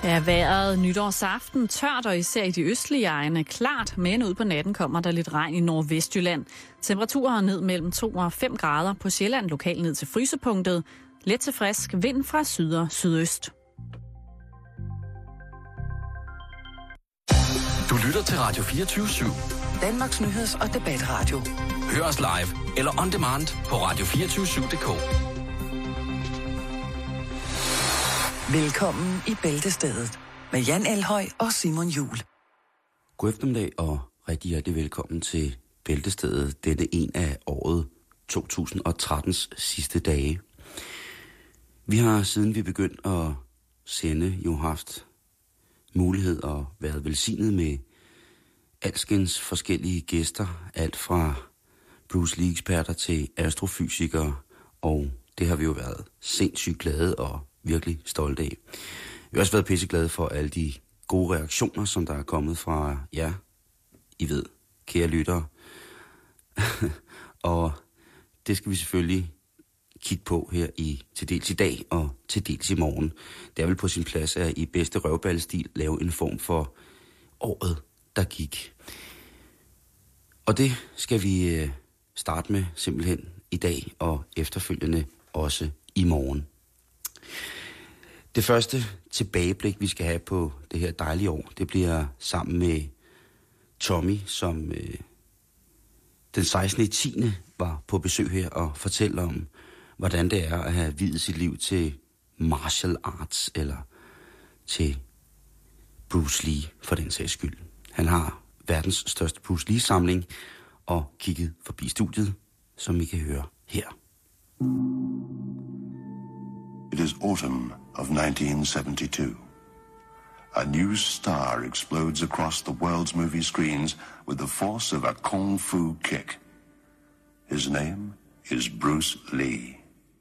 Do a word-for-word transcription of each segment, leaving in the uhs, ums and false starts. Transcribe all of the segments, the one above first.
Ja, vejret nytårsaften tørt og især i de østlige egne klart, men ud på natten kommer der lidt regn i Nordvestjylland. Temperaturer ned mellem to og fem grader, på Sjælland lokalt ned til frysepunktet. Let til frisk vind fra syd og sydøst. Du lytter til Radio fireogtyve syv. Danmarks nyheds- og debatradio. Hør os live eller on demand på radio to fire syv punktum d k. Velkommen i Bæltestedet med Jan Elhøj og Simon Juhl. God eftermiddag og rigtig hjertelig velkommen til Bæltestedet, denne en af året to tusind og trettens sidste dage. Vi har siden vi begyndte at sende jo haft mulighed og været velsignet med alskens forskellige gæster, alt fra Bruce Lee-eksperter til astrofysikere, og det har vi jo været sindssygt glade og virkelig stolte af. Vi har også været pisseglade for alle de gode reaktioner, som der er kommet fra jer, I ved, kære lyttere. Og det skal vi selvfølgelig kigge på her i til dels i dag og til dels i morgen. Det er vel på sin plads at i bedste røvballestil lave en form for året, der gik. Og det skal vi starte med simpelthen i dag og efterfølgende også i morgen. Det første tilbageblik, vi skal have på det her dejlige år, det bliver sammen med Tommy, som øh, den sekstende tiende var på besøg her og fortæller om, hvordan det er at have viet sit liv til martial arts eller til Bruce Lee for den sags skyld. Han har verdens største Bruce Lee-samling og kigget forbi studiet, som I kan høre her. It is autumn of nineteen seventy-two. A new star explodes across the world's movie screens with the force of a kung fu kick. His name is Bruce Lee.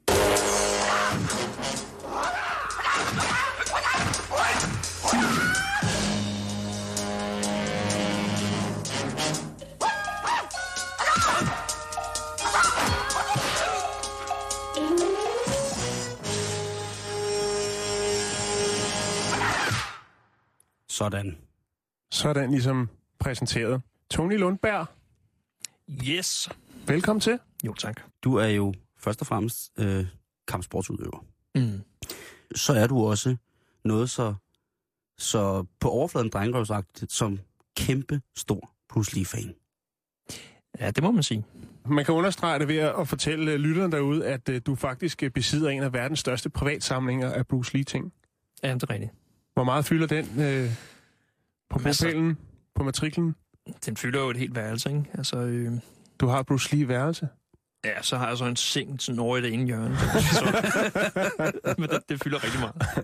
Sådan. Sådan ligesom præsenteret. Tony Lundberg. Yes. Velkommen til. Jo, tak. Du er jo først og fremmest øh, kampsportsudøver. Mm. Så er du også noget så, så på overfladen drengerøvsagtigt som kæmpe stor Bruce Lee-fan. Ja, det må man sige. Man kan understrege det ved at fortælle lytterne derude, at uh, du faktisk besidder en af verdens største privatsamlinger af Bruce Lee-ting. Ja, det er rigtigt. Hvor meget fylder den øh, på bopælen, på matriklen? Den fylder jo et helt værelse, ikke? Altså, øh... Du har Bruce Lee-værelse? Ja, så har jeg så en seng sådan over i det ene hjørne. Så... Men det, det fylder rigtig meget.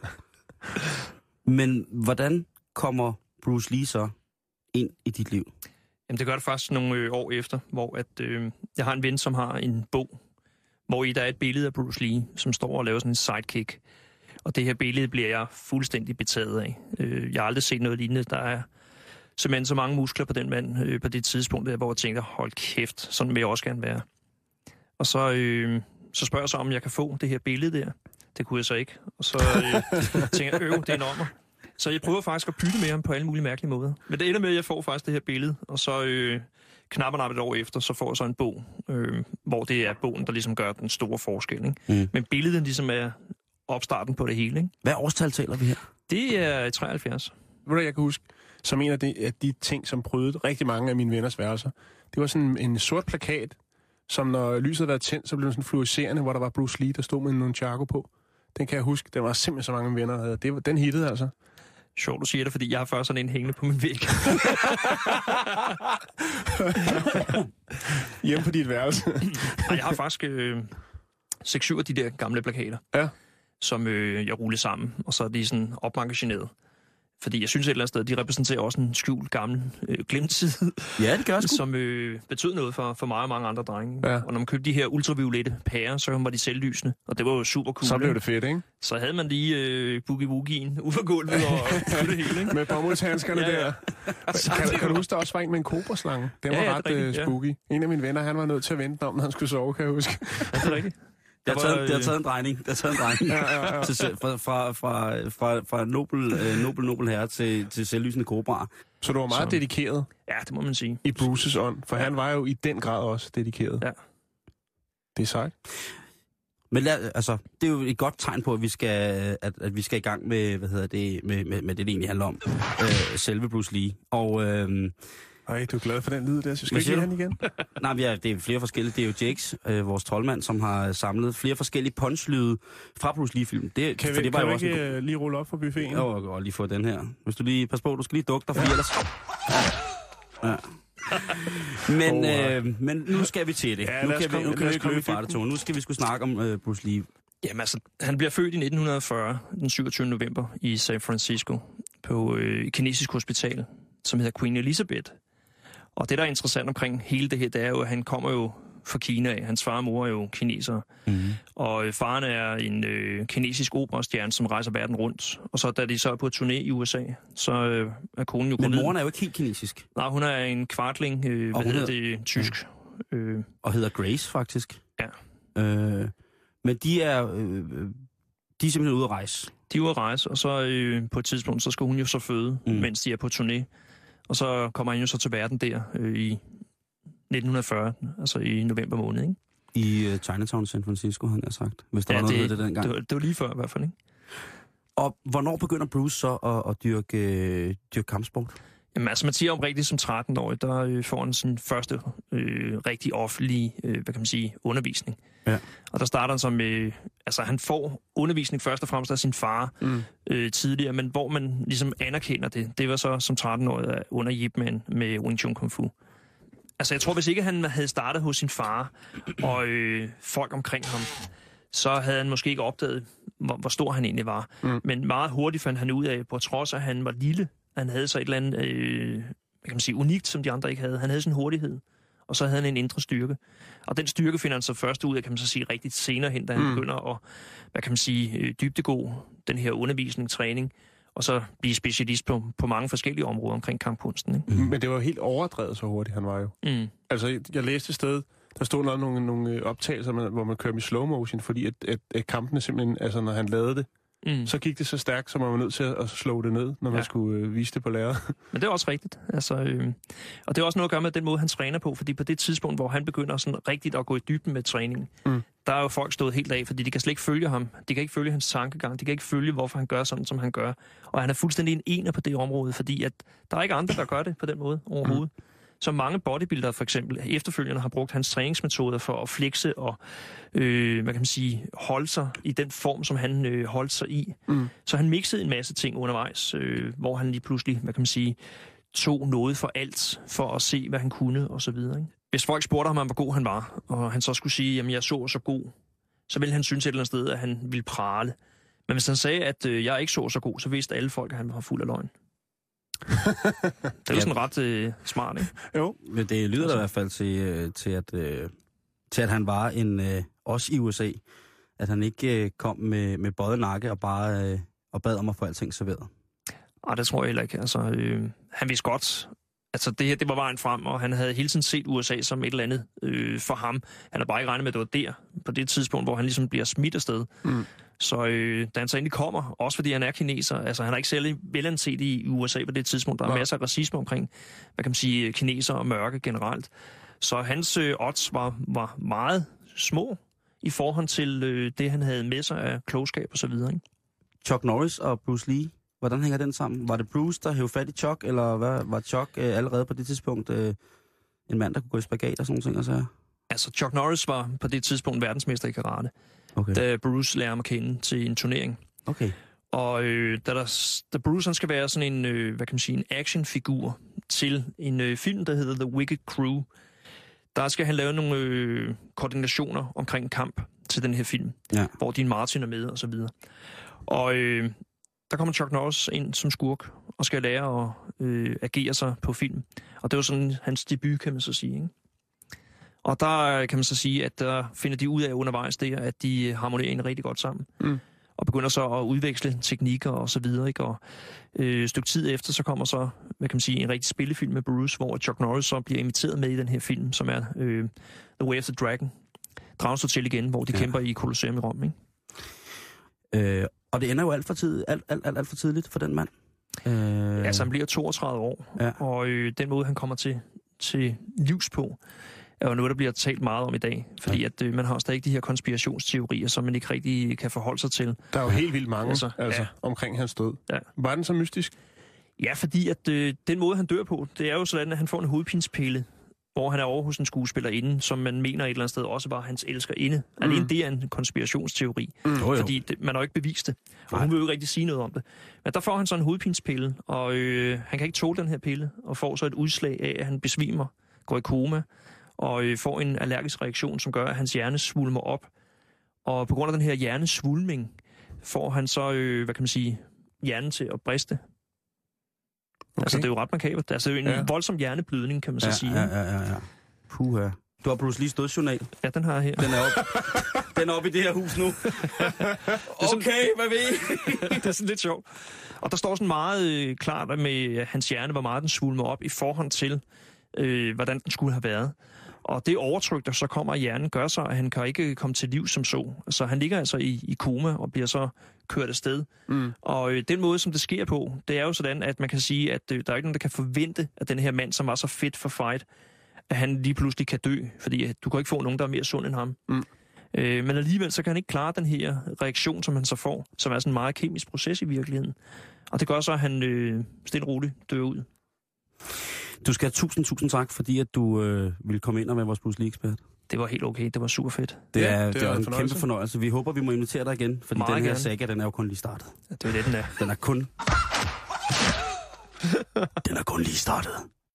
Men hvordan kommer Bruce Lee så ind i dit liv? Jamen, det gør det først nogle øh, år efter, hvor at, øh, jeg har en ven, som har en bog, hvor i der er et billede af Bruce Lee, som står og laver sådan en sidekick. Og det her billede bliver jeg fuldstændig betaget af. Øh, jeg har aldrig set noget lignende. Der er simpelthen så mange muskler på den mand øh, på det tidspunkt, hvor jeg tænkte, hold kæft, sådan vil jeg også gerne være. Og så, øh, så spørger jeg så, om jeg kan få det her billede der. Det kunne jeg så ikke. Og så øh, tænker jeg, øv, det er en ommer. Så jeg prøver faktisk at bytte med ham på alle mulige mærkelige måder. Men det ender med, at jeg får faktisk det her billede, og så øh, knapper et år efter, så får jeg så en bog, øh, hvor det er bogen, der ligesom gør den store forskel. Ikke? Mm. Men billedet ligesom er opstarten på det hele. Ikke? Hvad årstal taler vi her? Det er treoghalvfjerds. Ved du, jeg kan huske, som en af de, af de ting, som prøvede rigtig mange af mine venners værelser, det var sådan en sort plakat, som når lyset var tændt, så blev den sådan fluorescerende, hvor der var Bruce Lee, der stod med en nunchaku på. Den kan jeg huske. Den var simpelthen så mange venner, der havde. Det var, den hittede altså. Sjovt, du siger det, fordi jeg har først sådan en hængende på min væg. Hjemme på dit værelse. Nej, jeg har faktisk øh, seks syv af de der gamle plakater, ja. som øh, jeg ruller sammen, og så er de sådan opmagasineret. Fordi jeg synes et eller andet sted, de repræsenterer også en skjult gammel øh, glemtid. Ja, det gør sgu. Som øh, betød noget for, for mig og mange andre drenge. Ja. Og når man købte de her ultraviolette pærer, så var de selvlysende. Og det var jo super cool. Så blev det fedt, ikke? Så havde man lige øh, boogie-woogien ud for gulvet og det hele, ikke? Med bomuldshandskerne ja, ja. der. Kan, kan du huske, der også var en med en kobraslange? Den var ja, ja, ret uh, spooky. Ja. En af mine venner, han var nødt til at vente om, når han skulle sove, kan jeg huske. Ja, det er rigtigt. Det har, taget, det har taget en drejning. Det har taget en drejning. ja, ja, ja. Til, fra, fra, fra, fra, fra nobel, øh, nobel, nobel herre til, til selvlysende kobraer. Så du var meget så. dedikeret? Ja, det må man sige. I Bruces ånd, for ja. han var jo i den grad også dedikeret. Ja. Det er sejt. Men lad, altså, det er jo et godt tegn på, at vi skal, at, at vi skal i gang med, hvad hedder det, med, med, med det, det egentlig handler om. Øh, selve Bruce Lee. Og... Øh, Ej, du er glad for den lyd der, så skal ikke han igen? Nej, vi er, det er flere forskellige. Det er jo Jakes, øh, vores troldmand, som har samlet flere forskellige punchlyde fra Bruce Lee-film. Det, kan vi, det var kan jo vi ikke en... lige rulle op for buffeten? Jo, og, og lige få den her. Hvis du lige... Pas på, du skal lige dukke dig, for ellers... Ja. Men, oh, øh, men nu skal vi til det. Ja, nu kan vi, nu kan vi komme fra det, Tone. Nu skal vi sgu snakke om øh, Bruce Lee. Jamen altså, han bliver født i nitten fyrre, den syvogtyvende november, i San Francisco, på øh, et kinesisk hospital, som hedder Queen Elizabeth. Og det, der er interessant omkring hele det her, det er jo, at han kommer jo fra Kina af. Hans far og mor er jo kinesere. Mm-hmm. Og øh, faren er en øh, kinesisk operastjerne, som rejser verden rundt. Og så da de så er på turné i U S A, så øh, er konen jo... Men moren er jo ikke helt kinesisk. Nej, hun er en kvartling, øh, hvad hedder det, tysk. Ja. Øh. Og hedder Grace, faktisk. Ja. Øh, men de er, øh, de er simpelthen ude at rejse. De er ude at rejse, og så øh, på et tidspunkt, så skal hun jo så føde, mm. mens de er på turné. Og så kommer han jo så til verden der øh, i nitten fyrre, altså i november måned, ikke? I uh, Chinatown, San Francisco, han har sagt. Hvis der ja, var noget det, det dengang. Det var, det var lige før i hvert fald, ikke? Og hvornår begynder Bruce så at, at dyrke, øh, dyrke kampsport? Jamen altså, man siger om rigtigt som tretten-årig, der øh, får han sin første øh, rigtig offentlige, øh, hvad kan man sige, undervisning. Ja. Og der starter han så med, altså han får undervisning først og fremmest af sin far mm. øh, tidligere, men hvor man ligesom anerkender det, det var så som tretten-årig under Yip Man med Wing Chun Kung Fu. Altså jeg tror, hvis ikke han havde startet hos sin far og øh, folk omkring ham, så havde han måske ikke opdaget, hvor, hvor stor han egentlig var. Mm. Men meget hurtigt fandt han ud af, på trods af, at han var lille, han havde så et eller andet, øh, hvad kan man sige, unikt, som de andre ikke havde. Han havde sådan en hurtighed, og så havde han en indre styrke. Og den styrke finder han så først ud af, kan man så sige, rigtigt senere hen, da han mm. begynder at, hvad kan man sige, dybdegå den her undervisning, træning, og så blive specialist på, på mange forskellige områder omkring kampkunsten. Ikke? Mm. Men det var jo helt overdrevet så hurtigt, han var jo. Mm. Altså, jeg læste et sted, der stod noget, nogle, nogle optagelser, hvor man kører i slow motion, fordi at, at, at kampene simpelthen, altså når han lavede det, mm. så gik det så stærkt, så man var nødt til at slå det ned, når man ja. skulle øh, vise det på lærret. Men det er også rigtigt. Altså, øh, og det er også noget at gøre med den måde, han træner på, fordi på det tidspunkt, hvor han begynder sådan rigtigt at gå i dybden med træningen, mm. der er jo folk stået helt af, fordi de kan slet ikke følge ham. De kan ikke følge hans tankegang. De kan ikke følge, hvorfor han gør sådan, som han gør. Og han er fuldstændig en ener på det område, fordi at der er ikke andre, der gør det på den måde overhovedet. Mm. Så mange bodybuildere for eksempel efterfølgende har brugt hans træningsmetoder for at flexe og øh, hvad kan man sige, holde sig i den form, som han øh, holdt sig i. Mm. Så han mixede en masse ting undervejs, øh, hvor han lige pludselig, hvad kan man sige, tog noget for alt, for at se, hvad han kunne og så videre. Ikke? Hvis folk spurgte ham, hvor god han var, og han så skulle sige, jamen jeg så så god, så ville han synes et eller andet sted, at han ville prale. Men hvis han sagde, at øh, jeg ikke så så god, så vidste alle folk, at han var fuld af løgn. Det er jo sådan ret øh, smart, ikke? Jo, men det lyder altså i hvert fald til, øh, til, at, øh, til, at han var en, øh, også i U S A, at han ikke øh, kom med, med bøjet nakke og bare øh, og bad om at få alting serveret. Nej, det tror jeg heller ikke. Altså, øh, han vidste godt, altså det her, det var vejen frem, og han havde hele tiden set U S A som et eller andet øh, for ham. Han har bare ikke regnet med, at det var der, på det tidspunkt, hvor han ligesom bliver smidt afsted. Mm. Så øh, da han så endelig kommer, også fordi han er kineser, altså han er ikke særlig velanset i U S A på det tidspunkt, der er ja. masser af racisme omkring, hvad kan man sige, kineser og mørke generelt. Så hans øh, odds var, var meget små i forhold til øh, det, han havde med sig af klogskab og så videre, ikke? Chuck Norris og Bruce Lee, hvordan hænger den sammen? Var det Bruce, der hævde fat i Chuck, eller hvad, var Chuck øh, allerede på det tidspunkt øh, en mand, der kunne gå i spagat og sådan noget? Så? Altså Chuck Norris var på det tidspunkt verdensmester i karate. Okay. Da Bruce lærer ham at kende til en turnering. Okay. Og øh, da, der, da Bruce han skal være sådan en, øh, hvad kan man sige, en actionfigur til en øh, film, der hedder The Wicked Crew, der skal han lave nogle øh, koordinationer omkring kamp til den her film, ja. Hvor Dean Martin er med og så videre. Og øh, der kommer Chuck Norris ind som skurk og skal lære at øh, agere sig på film. Og det var sådan hans debut, kan man så sige, ikke? Og der kan man så sige, at der finder de ud af undervejs der, at de harmonerer en rigtig godt sammen. Mm. Og begynder så at udveksle teknikker og så videre, ikke? Og øh, et stykke tid efter, så kommer så, hvad kan man sige, en rigtig spillefilm med Bruce, hvor Chuck Norris så bliver inviteret med i den her film, som er øh, The Way of the Dragon. Dragens Hotel igen, hvor de ja. kæmper i Colosseum i Rom, ikke? Øh, og det ender jo alt for, tid, alt, alt, alt, alt for tidligt for den mand. Øh... Altså, han bliver toogtredive år, ja. og øh, den måde, han kommer til, til livs på, er jo noget, der bliver talt meget om i dag. Fordi ja. at øh, man har stadig de her konspirationsteorier, som man ikke rigtig kan forholde sig til. Der er jo helt vildt mange altså, altså, ja. omkring hans død. Ja. Var den så mystisk? Ja, fordi at øh, den måde, han dør på, det er jo sådan, at han får en hovedpinspille, hvor han er over hos en skuespillerinde, som man mener et eller andet sted også var hans elskerinde. Mm. Alene det er en konspirationsteori, mm. fordi det, man har jo ikke bevist det. Og hun vil jo ikke rigtig sige noget om det. Men der får han så en hovedpinspille, og øh, han kan ikke tåle den her pille, og får så et udslag af, at han besvimer, går i koma, og øh, får en allergisk reaktion, som gør, at hans hjerne svulmer op. Og på grund af den her hjernesvulming, får han så, øh, hvad kan man sige, hjernen til at briste. Okay. Altså, det er jo ret makabert. Altså, det er jo en ja. voldsom hjerneblødning, kan man så ja, sige. Ja, ja, ja, ja. Puha. Du har Bruce Lees dødsjournal. Ja, den har jeg her. Den er oppe den er op i det her hus nu. Okay, hvad ved I? Det er sådan lidt sjovt. Og der står sådan meget øh, klart med hans hjerne, hvor meget den svulmer op i forhold til, øh, hvordan den skulle have været. Og det overtryk, der så kommer i hjernen, gør så, at han kan ikke komme til liv som så. Så han ligger altså i, i koma og bliver så kørt afsted. Mm. Og øh, den måde, som det sker på, det er jo sådan, at man kan sige, at øh, der er ikke nogen, der kan forvente, at den her mand, som var så fedt for fight, at han lige pludselig kan dø. Fordi øh, du kan ikke få nogen, der er mere sund end ham. Mm. Øh, men alligevel, så kan han ikke klare den her reaktion, som han så får, som er sådan en meget kemisk proces i virkeligheden. Og det gør så, at han øh, stille og roligt dør ud. Du skal have tusind, tusind tak, fordi at du øh, ville komme ind og være vores Bruce Lee-ekspert. Det var helt okay. Det var super fedt. Det er, ja, det er en fornøjelse. Kæmpe fornøjelse. Vi håber, vi må invitere dig igen, fordi meget den her gerne. saga, den er jo kun lige startet. Ja, det er det, den er. Den er kun... den er kun lige startet.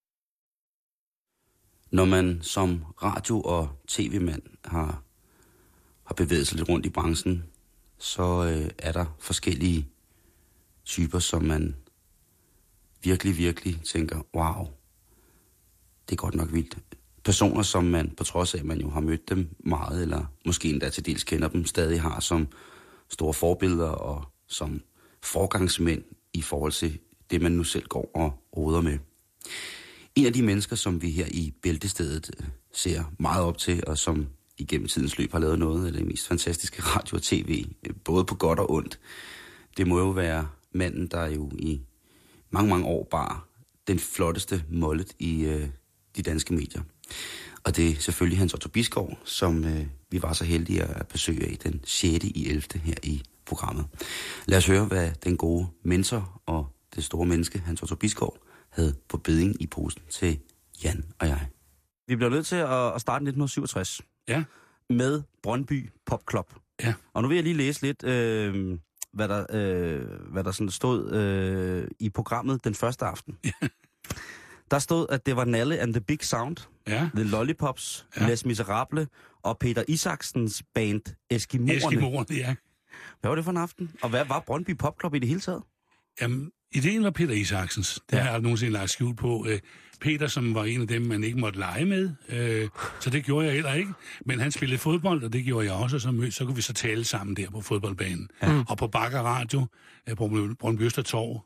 Når man som radio- og tv-mand har, har bevæget sig lidt rundt i branchen, så øh, er der forskellige typer, som man virkelig, virkelig tænker, wow, det er godt nok vildt. Personer, som man, på trods af, at man jo har mødt dem meget, eller måske endda til dels kender dem, stadig har som store forbilleder og som forgangsmænd i forhold til det, man nu selv går og roder med. En af de mennesker, som vi her i Bæltestedet ser meget op til, og som igennem tidens løb har lavet noget af det mest fantastiske radio og tv, både på godt og ondt, det må jo være manden, der jo i mange, mange år bar den flotteste mollet i øh, de danske medier. Og det er selvfølgelig Hans Otto Bisgaard, som øh, vi var så heldige at besøge i den sjette i ellevte her i programmet. Lad os høre, hvad den gode mentor og det store menneske, Hans Otto Bisgaard, havde på bedding i posen til Jan og jeg. Vi bliver nødt til at starte nitten syvogtres. Ja. Med Brøndby Pop Club. Ja. Og nu vil jeg lige læse lidt, øh, hvad der, øh, hvad der sådan stod øh, i programmet den første aften. Ja. Der stod, at det var Nalle and the Big Sound, ja. The Lollipops, ja. Les Miserables og Peter Isaksens band Eskimoerne. Eskimoerne, ja. Hvad var det for en aften? Og hvad var Brøndby Pop Club i det hele taget? Jamen, ideen var Peter Isaksens. Det ja. har jeg aldrig nogensinde lagt skjult på. Peter, som var en af dem, man ikke måtte lege med, så det gjorde jeg heller ikke. Men han spillede fodbold, og det gjorde jeg også, og så, så kunne vi så tale sammen der på fodboldbanen. Ja. Og på Bakker Radio, på Brøndby Østertorv,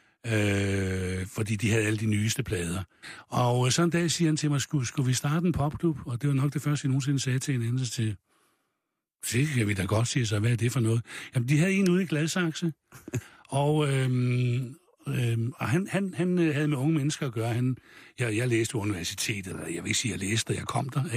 øh, fordi de havde alle de nyeste plader. Og så en dag siger han til mig, skulle, skulle vi starte en popklub? Og det var nok det første, jeg nogensinde sagde til en endelse til. Det kan vi da godt sige, så hvad er det for noget? Jamen, de havde en ude i Gladsaxe, og, øhm, øhm, og han, han, han havde med unge mennesker at gøre. Han, jeg, jeg læste på universitetet, eller jeg vil ikke sige, at jeg læste, jeg kom der.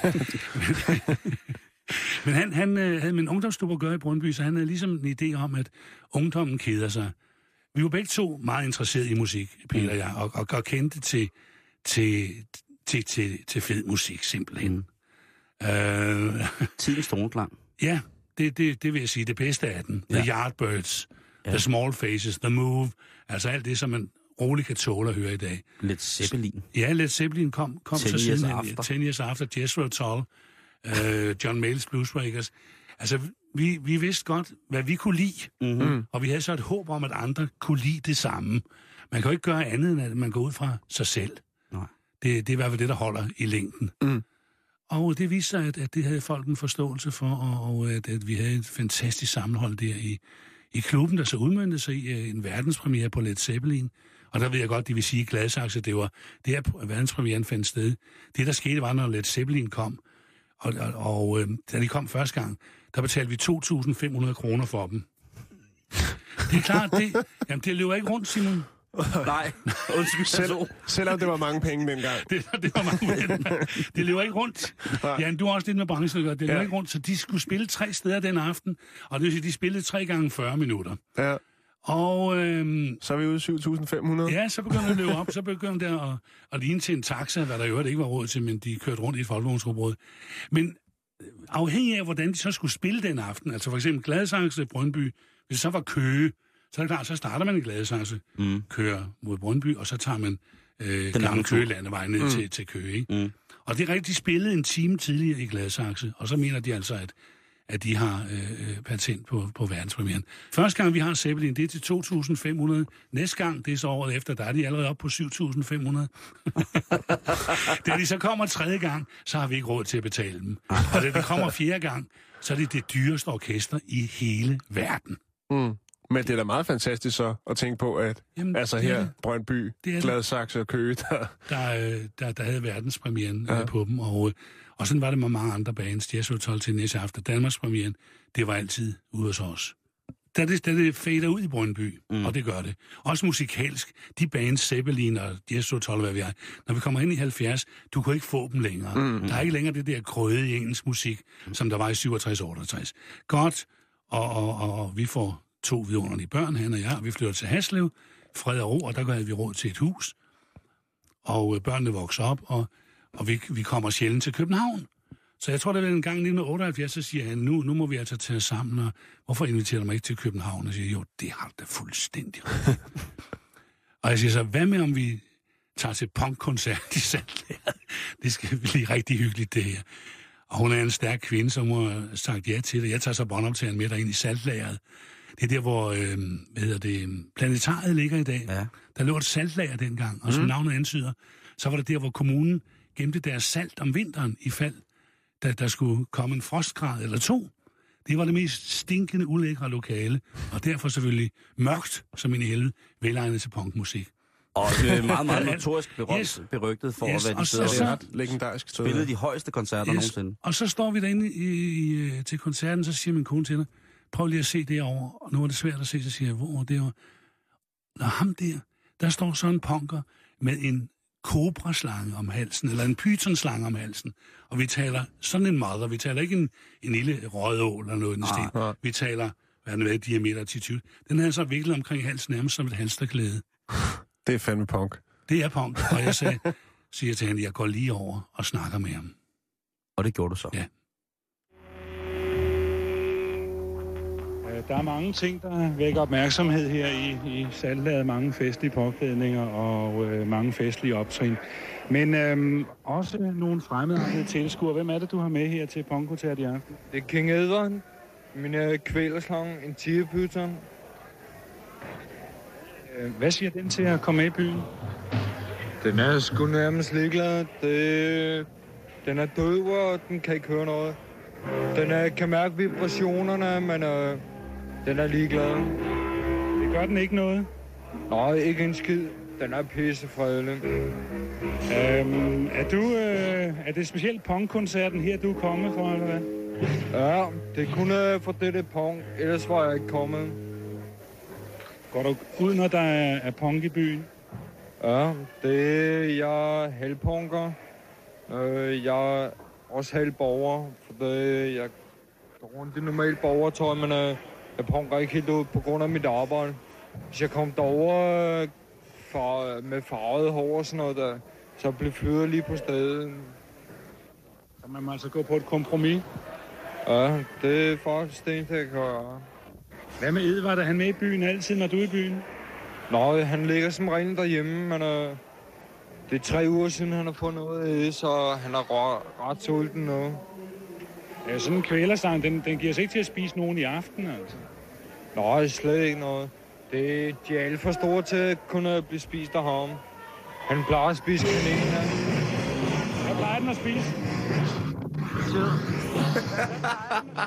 men men han, han havde med en ungdomsklub at gøre i Brøndby, så han havde ligesom en idé om, at ungdommen keder sig. Vi var begge to meget interesserede i musik, Peter og jeg, og, og, og kendte til, til, til, til, til fed musik, simpelthen. Mm. Øh, Tidens tonklang. Ja, det, det, det vil jeg sige. Det bedste af den. Ja. The Yardbirds, ja. The Small Faces, The Move. Altså alt det, som man roligt kan tåle at høre i dag. Led Zeppelin. Ja, Led Zeppelin kom, kom så siden. After. Ten Years After. Jethro Tull. Uh, John Mayall's Bluesbreakers. Altså, vi, vi vidste godt, hvad vi kunne lide. Mm-hmm. Og vi havde så et håb om, at andre kunne lide det samme. Man kan jo ikke gøre andet, end at man går ud fra sig selv. Nej. Det, det er i hvert fald det, der holder i længden. Mm. Og det viste sig, at, at det havde folk en forståelse for, og, og at, at vi havde et fantastisk sammenhold der i, i klubben, der så udmøntede sig i en verdenspremiere på Led Zeppelin. Og der ved jeg godt, de vil sige i Gladsaxe, det var det her verdenspremieren fandt sted. Det, der skete, var, når Led Zeppelin kom, Og, og, og øh, da de kom første gang, der betalte vi to tusind fem hundrede kroner for dem. Det er klart, det, jamen, det løber ikke rundt, Simon. Nej, undskyld. Selv, selvom det var mange penge dengang. Det, det var mange penge. Det løber ikke rundt. Ja, du har også lidt med branchen at gøre. Det løber ja. ikke rundt, så de skulle spille tre steder den aften. Og det vil sige, de spillede tre gange fyrre minutter. Ja. Og øhm, så er vi ude syv tusind fem hundrede. Ja, så begyndte at løbe op. Så begyndte der at, at ligne til en taxa, hvad der jo ikke var råd til, men de kørte rundt i et folkevognsrugbrød. Men afhængig af, hvordan de så skulle spille den aften, altså for eksempel Gladsaxe Brøndby, hvis det så var Køge, så er det klart, så starter man i Gladsaxe, mm. kører mod Brøndby, og så tager man øh, gamle Køgelandevej ned mm. til, til Køge. Ikke? Mm. Og det er rigtigt, de spillede en time tidligere i Gladsaxe, og så mener de altså, at at de har øh, patent på, på verdenspremieren. Første gang, vi har Zeppelin, det er til to tusind fem hundrede. Næste gang, det er så året efter, der er de allerede op på syv tusind fem hundrede. Da de så kommer tredje gang, så har vi ikke råd til at betale dem. Og da de kommer fjerde gang, så er det det dyreste orkester i hele verden. Mm. Men det er da meget fantastisk så at tænke på, at Jamen, altså her, det, Brøndby, Gladsaxe og Køge, der... Der, der, der havde verdenspremieren ja. på dem, og, og sådan var det med mange andre bands. Jazz Hotel til næste aften. Danmarkspremieren, det var altid ude hos os. Da det, da det fader ud i Brøndby, mm. og det gør det. Også musikalsk, de bands, Zeppelin og Jazz Hotel, hvad vi er, når vi kommer ind i halvfjerds, du kan ikke få dem længere. Mm. Der er ikke længere det der krøde i engelsk musik, mm. som der var i syvogtres otteogtres. Godt, og, og, og, og vi får to vidunderlige børn, han og jeg, og vi flytter til Haslev, fred og ro, og der havde vi råd til et hus. Og øh, børnene vokser op, og, og vi, vi kommer sjældent til København. Så jeg tror, det var en gang i nitten otteoghalvfjerds, så siger han, nu, nu må vi altså tage sammen, og hvorfor inviterer du mig ikke til København? Og siger, jo, det har du da fuldstændig. Og jeg siger så, hvad med om vi tager til punkkoncert i Saltlæret? Det skal blive rigtig hyggeligt, det her. Og hun er en stærk kvinde, som har sagt ja til det. Jeg tager så båndoptageren med derind i Saltlæret. Det er der, hvor øh, hvad hedder det, planetariet ligger i dag. Ja. Der lå et saltlager dengang, og som mm. navnet antyder, så var det der, hvor kommunen gemte deres salt om vinteren i fald, da der skulle komme en frostgrad eller to. Det var det mest stinkende, ulækre lokale, og derfor selvfølgelig mørkt, som en helvede, velegnet til punkmusik. Og det er meget, meget notorisk berømt, yes. berygtet for, yes. at de sidder så, ret legendarisk. Spillede de højeste koncerter yes. nogensinde. Og så står vi derinde i, i, til koncerten, så siger min kone til dig, prøv lige at se derovre, og nu er det svært at se, så siger jeg, hvor derovre? Nå, ham der, der står så en punker med en kobraslange om halsen, eller en pythonslange om halsen, og vi taler sådan en mother, vi taler ikke en, en lille rødål eller noget i den stil. Ah. Vi taler, hvad er det, hvad, diameter ti tyve. Den havde så viklet omkring halsen nærmest som et halsterklæde. Det er fandme punk. Det er punk, og jeg sagde, siger til hende, jeg går lige over og snakker med ham. Og det gjorde du så? Ja. Der er mange ting, der vækker opmærksomhed her i, i Saltlaget. Mange festlige påklædninger og øh, mange festlige optrin. Men øh, også nogle fremmede tilskuere. Hvem er det, du har med her til punkkoncert i aften? Det er King Edward, min øh, kvælerslange, en tigerpyton. Hvad siger den til at komme med i byen? Den er sgu nærmest ligeglad. Det, den er død, og den kan ikke høre noget. Den er, kan mærke vibrationerne, men øh, den er ligeglad. Det gør den ikke noget? Nej, ikke en skid. Den er pissefredelig. Øhm, er du, øh, er det specielt punkkoncerten her, du er kommet for, eller hvad? Ja, det kunne for det det punk. Ellers var jeg ikke kommet. Går du ud, når der er, er punk i byen? Ja, det er jeg halvpunker. Øh, jeg er også halvborger, for det, jeg går rundt i normalt borgertøj, men øh, jeg punker ikke helt ud på grund af mit arbejde. Hvis jeg kom derover øh, far, med farvet hår og sådan noget, der, så blev flyttet lige på stedet. Så man må altså gå på et kompromis? Ja, det er faktisk det, jeg kan gøre. Hvad med Edvard? Er han med i byen altid, når du er i byen? Nej, han ligger som regel derhjemme, men øh, det er tre uger siden, han har fået noget, så han er ret, ret sulten nu. Ja, sådan en kvælersang, den, den giver sig ikke til at spise nogen i aften, altså? Nej, slet ikke noget. Det, de er alt for store til at kunne blive spist af ham. Han plejer at spise kanin her. Hvad plejer den at spise?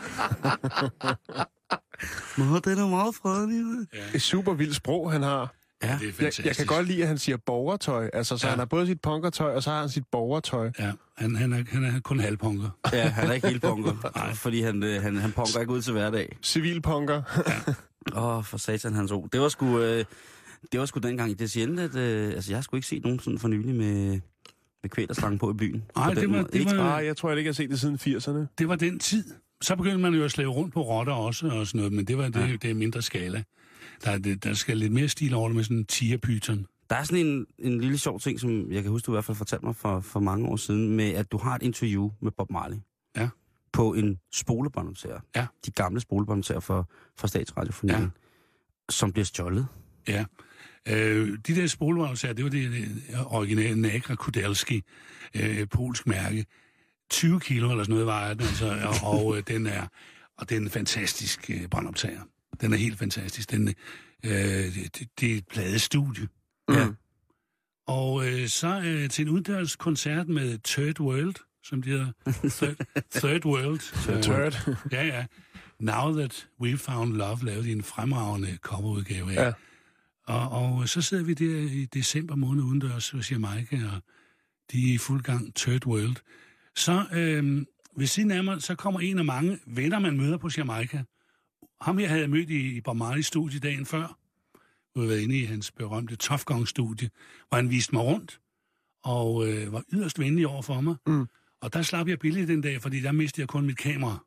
Nå, den er meget fredelig. Ja. Et super vildt sprog, han har. Ja, det er fantastisk. Jeg, jeg kan godt lide, at han siger borgertøj. Altså, så ja. Han har både sit punkertøj, og så har han sit borgertøj. Ja, han, han, er, han er kun halvpunker. Ja, han er ikke helt punker. Fordi han, han, han punker ikke ud til hverdag. Civilpunker. Ja. Åh, oh, for satan hans ord. Det var sgu, øh, det var sgu dengang. Det er sjældent, at øh, altså, jeg har sgu ikke set nogen sådan for nylig med, med kvælerslangen på i byen. Nej, det var... Det var ah, jeg tror jeg ikke, jeg har set det siden firserne. Det var den tid. Så begyndte man jo at slæve rundt på rotter også og sådan noget, men det var det, ja. det er mindre skala. Der, det, der skal lidt mere stil over det med sådan en tigerpyton. Der er sådan en, en lille sjov ting, som jeg kan huske, du i hvert fald fortalte mig for, for mange år siden, med at du har et interview med Bob Marley. Ja. På en spolebåndoptager. Ja. De gamle spolebåndoptager for, for Statsradiofonien, ja. Som bliver stjålet. Ja. Øh, de der spolebåndoptager, det var det, det originale Nagra Kudelski, øh, polsk mærke. tyve kilo eller sådan noget vejer den, altså, og, og, øh, den er, og det er en fantastisk øh, båndoptager. Den er helt fantastisk. Den, øh, det, det er et pladestudie. Mm. Ja. Og øh, så øh, til en uddørskoncert med Third World, som de hedder. Third, third World. Third. Øh, ja, ja. Now That We Found Love, lavede de en fremragende coverudgave af. Ja. Og, og så sidder vi der i december måned udendørs hos Jamaica, og de er i fuld gang, Third World. Så øh, ved siden af mig, så kommer en af mange venner, man møder på Jamaica. Ham her havde jeg mødt i, i Bob Marley's studie dagen før. Jeg havde været inde i hans berømte Tough Gong-studie, hvor han viste mig rundt, og øh, var yderst venlig over for mig. Mm. Og der slap jeg billigt den dag, fordi der mistede jeg kun mit kamera.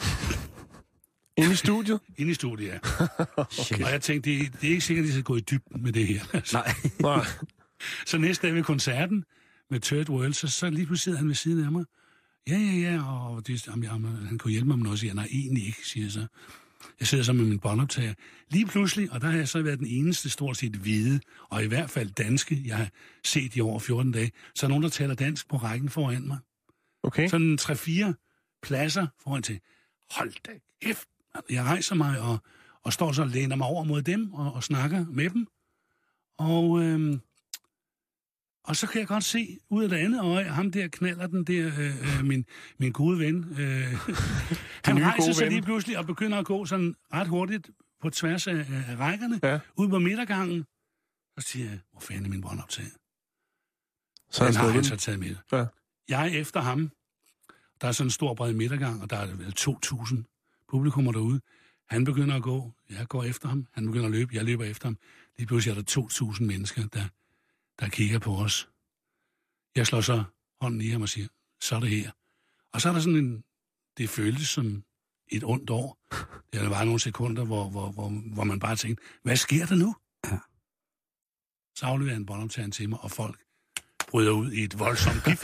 Inde i studiet? Inde i studiet, ja. Okay. Og jeg tænkte, det, det er ikke sikkert, at de skal gå i dybden med det her. Nej. Nej. Så næste dag ved koncerten med Third World, så, så lige pludselig sidder han ved siden af mig. Ja, ja, ja, og det, jamen, jamen, han kunne hjælpe mig med noget, siger nej, egentlig ikke, siger jeg så. Jeg sidder så med min båndoptager. Lige pludselig, og der har jeg så været den eneste stort set hvide, og i hvert fald danske, jeg har set i over fjorten dage, så er nogen, der taler dansk på rækken foran mig. Okay. Sådan tre-fire pladser foran til. Hold da kæft. Jeg rejser mig og, og står så og læner mig over mod dem og, og snakker med dem. Og, øhm, og så kan jeg godt se ud af det andet øje, ham der knaller den der, øh, min, min gode ven. Øh, han rejser sig lige pludselig og begynder at gå sådan ret hurtigt på tværs af, af rækkerne, ja. Ud på midtergangen. Så siger jeg, hvor fanden er min båndoptager? Så den har han så taget med. Ja. Jeg er efter ham. Der er sådan en stor bred midtergang, og der er vel to tusind publikummer derude. Han begynder at gå. Jeg går efter ham. Han begynder at løbe. Jeg løber efter ham. Lige pludselig er der to tusind mennesker, der, der kigger på os. Jeg slår så hånden i ham og siger, så er det her. Og så er der sådan en... Det føltes som et ondt år. Der var nogle sekunder, hvor, hvor, hvor, hvor man bare tænkte, hvad sker der nu? Ja. Så afleverer han båndoptageren til mig, og folk bryder ud i et voldsomt gif.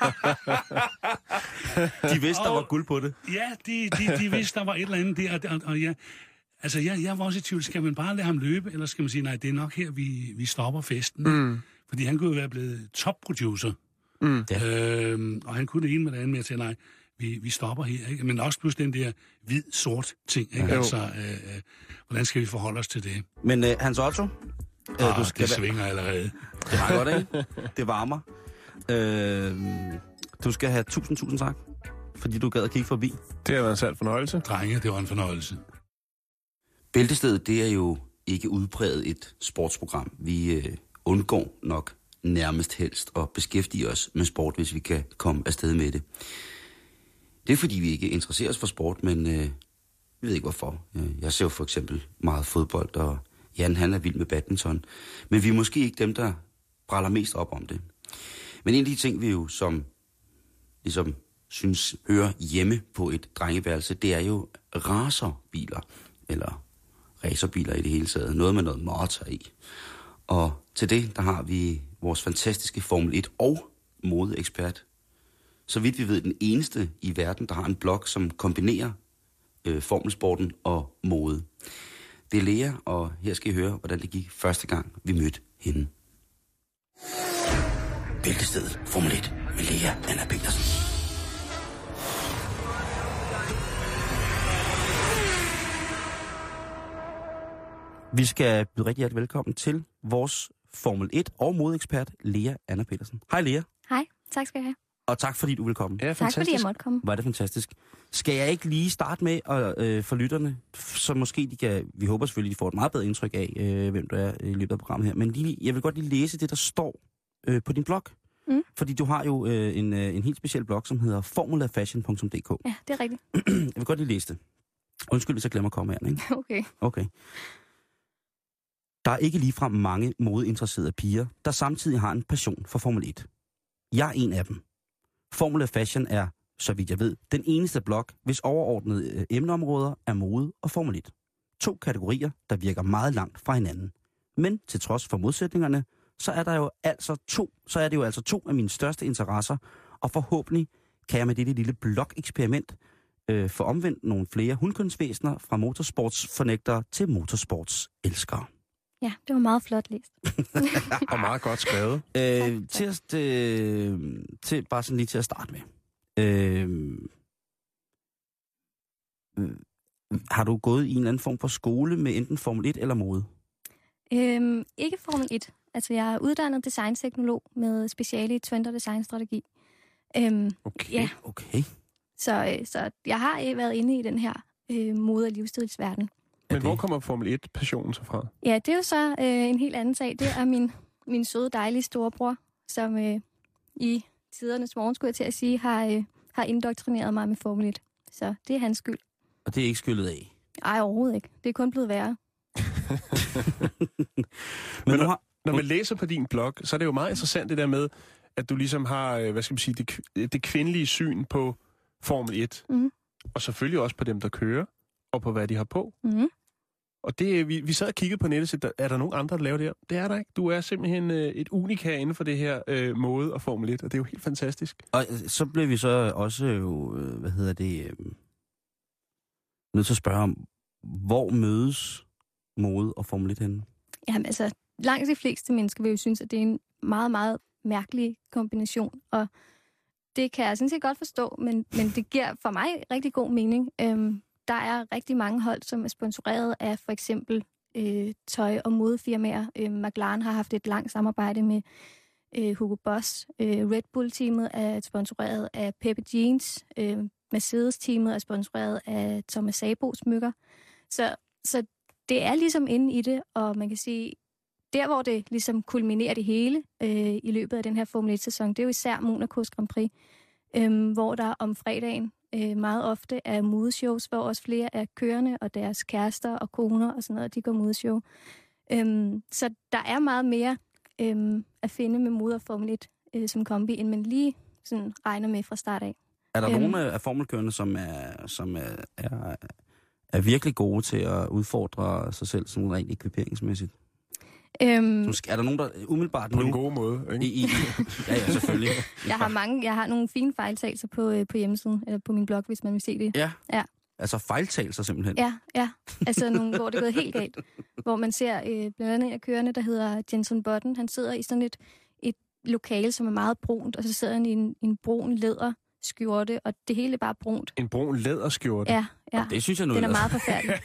De vidste, og, der var guld på det. Ja, de, de, de vidste, der var et eller andet der. Og, og ja, altså, jeg, jeg var også i tvivl. Skal man bare lade ham løbe, eller skal man sige, nej, det er nok her, vi, vi stopper festen. Mm. Fordi han kunne jo være blevet top-producer. Mm. Øhm, og han kunne det ene med det andet med at sige, nej, vi, vi stopper her. Ikke? Men også pludselig den der hvid-sort ting. Ikke? Ja. Altså, øh, øh, hvordan skal vi forholde os til det? Men øh, Hans Otto... Øh, oh, du skal det svinger allerede. Det var godt, ikke? Det varmer. Øh, du skal have tusind, tusind tak, fordi du gad at kigge forbi. Det har været en sand fornøjelse. Drenge, det var en fornøjelse. Bæltestedet, det er jo ikke udpræget et sportsprogram. Vi øh, undgår nok nærmest helst at beskæftige os med sport, hvis vi kan komme afsted med det. Det er fordi, vi ikke interesserer os for sport, men øh, vi ved ikke hvorfor. Jeg ser jo for eksempel meget fodbold, og Jan, han er vild med badminton. Men vi er måske ikke dem, der bræller mest op om det. Men en af de ting, vi jo som, ligesom synes hører hjemme på et drengeværelse, det er jo racerbiler. Eller racerbiler i det hele taget. Noget med noget motor i. Og til det, der har vi vores fantastiske Formel et og modeekspert. Så vidt vi ved, den eneste i verden, der har en blog, som kombinerer øh, formelsporten og mode. Det er Lea, og her skal I høre, hvordan det gik første gang, vi mødte hende. Bæltestedet Formel et med Lea Anna Petersen. Vi skal byde rigtig hjertelig velkommen til vores Formel et og modeekspert, Lea Anna Petersen. Hej Lea. Hej, tak skal jeg have. Og tak fordi du vil komme. Ja, tak fordi jeg måtte komme. Var det fantastisk. Skal jeg ikke lige starte med at, øh, for lytterne, så måske de kan, vi håber selvfølgelig, de får et meget bedre indtryk af, øh, hvem du er i løbet af programmet her. Men lige, jeg vil godt lige læse det, der står øh, på din blog. Mm. Fordi du har jo øh, en, øh, en helt speciel blog, som hedder formulafashion punktum d k. Ja, det er rigtigt. Jeg vil godt lige læse det. Undskyld, hvis jeg glemmer at komme her, ikke? Okay. Okay. Der er ikke ligefrem mange modeinteresserede piger, der samtidig har en passion for Formel et. Jeg er en af dem. Formula Fashion er, så vidt jeg ved, den eneste blog, hvis overordnede øh, emneområder er mode og Formel et. To kategorier, der virker meget langt fra hinanden. Men til trods for modsætningerne, så er der jo altså to, så er det jo altså to af mine største interesser, og forhåbentlig kan jeg med dette lille blog-eksperiment øh, få omvendt nogle flere hundkønsvæsener fra motorsportsfornægtere til motorsportselskere. Ja, det var meget flot læst. Og meget godt skrevet. Øh, til, at, øh, til, bare sådan lige til at starte med. Øh, øh, har du gået i en eller anden form for skole med enten Formel et eller mode? Øhm, ikke Formel et. Altså, jeg er uddannet designteknolog med speciale i trend- og designstrategi. Øhm, okay, ja. okay. Så, øh, så jeg har været inde i den her øh, mode- og livsstilsverden. Men hvor kommer Formel et-passionen så fra? Ja, det er jo så øh, en helt anden sag. Det er min, min søde, dejlige storebror, som øh, i tidernes morgen, skulle jeg til at sige, har, øh, har indoktrineret mig med Formel et. Så det er hans skyld. Og det er ikke skyldet af? Ej, overhovedet ikke. Det er kun blevet værre. Men når, når man læser på din blog, så er det jo meget interessant det der med, at du ligesom har, hvad skal man sige, det, det kvindelige syn på Formel et. Mm. Og selvfølgelig også på dem, der kører, og på hvad de har på. Mm. Og det, vi, vi sad og kiggede på nettet, så der, er der nogen andre, der laver det her? Det er der ikke. Du er simpelthen øh, et unika inden for det her øh, mode og Formel et, og det er jo helt fantastisk. Og så blev vi så også jo, øh, hvad hedder det, øh, nødt til at spørge om, hvor mødes mode og Formel et henne? Jamen altså, langt de fleste mennesker vil jo synes, at det er en meget, meget mærkelig kombination, og det kan jeg sådan set godt forstå, men, men det giver for mig rigtig god mening. Øhm, der er rigtig mange hold, som er sponsoreret af for eksempel øh, tøj- og modefirmaer. Øh, McLaren har haft et langt samarbejde med øh, Hugo Boss. Øh, Red Bull-teamet er sponsoreret af Pepe Jeans. Øh, Mercedes-teamet er sponsoreret af Thomas Sabo smykker. Så, så det er ligesom inde i det, og man kan sige, der hvor det ligesom kulminerer det hele øh, i løbet af den her Formel et-sæson, det er jo især Monacos Grand Prix, øh, hvor der om fredagen øh, meget ofte er modeshows, hvor også flere af kørerne og deres kærester og koner og sådan noget, de går modeshow. Øh, så der er meget mere øh, at finde med mode og Formel et øh, som kombi, end man lige sådan regner med fra start af. Er der Øhm. nogle af formelkørende, som er, som er, er, er virkelig gode til at udfordre sig selv sådan rent ekviperingsmæssigt? Øhm, er der nogen, der umiddelbart på nu... en god måde, ikke? I, i, ja, ja, selvfølgelig. jeg har mange, jeg har nogle fine fejltagelser på, øh, på hjemmesiden, eller på min blog, hvis man vil se det. Ja, ja. Altså fejltagelser simpelthen? Ja, ja. Altså nogle, hvor det er gået helt galt. Hvor man ser øh, blandt andet en af kørerne, der hedder Jenson Button. Han sidder i sådan et, et lokale, som er meget brunt, og så sidder han i en, en brun læderskjorte, og det hele er bare brunt. En brun læderskjorte? Ja, ja. Og det synes jeg nu... Den er meget forfærdelig.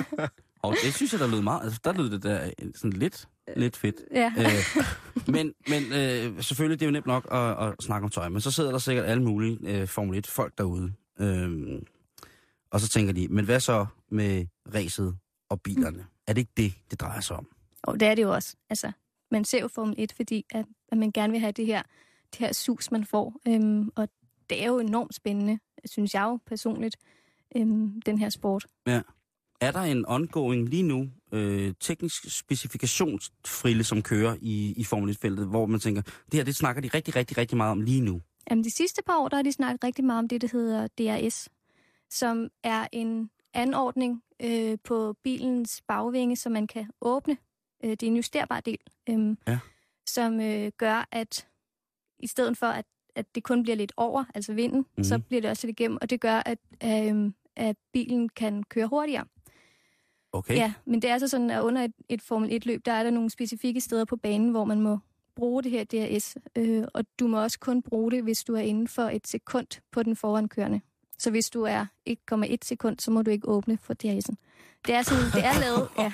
Og det synes jeg, der lød meget... Altså, der lød det der sådan lidt, lidt fedt. Ja. Øh, men men øh, selvfølgelig, det er jo nemt nok at, at snakke om tøj, men så sidder der sikkert alle mulige øh, Formel et-folk derude. Øh, og så tænker de, men hvad så med racet og bilerne? Mm. Er det ikke det, det drejer sig om? Og det er det jo også. Altså, man ser jo Formel et, fordi at, at man gerne vil have det her, det her sus, man får. Øhm, og det er jo enormt spændende, synes jeg jo personligt, øhm, den her sport. Ja. Er der en ongoing lige nu, øh, teknisk specifikationsfrille, som kører i, i Formel et-feltet, hvor man tænker, det her, det snakker de rigtig, rigtig, rigtig meget om lige nu? Jamen, de sidste par år, der har de snakket rigtig meget om det, der hedder D R S, som er en anordning øh, på bilens bagvinge, som man kan åbne. Øh, det er en justerbar del, øh, ja. som øh, gør, at i stedet for, at, at det kun bliver lidt over, altså vinden, mm-hmm. så bliver det også lidt igennem, og det gør, at, øh, at bilen kan køre hurtigere. Okay. Ja, men det er så sådan, at under et, et Formel et-løb, der er der nogle specifikke steder på banen, hvor man må bruge det her D R S, øh, og du må også kun bruge det, hvis du er inden for et sekund på den forankørende. Så hvis du er et komma et sekund, så må du ikke åbne for D R S'en. Det er, sådan, det er lavet, ja.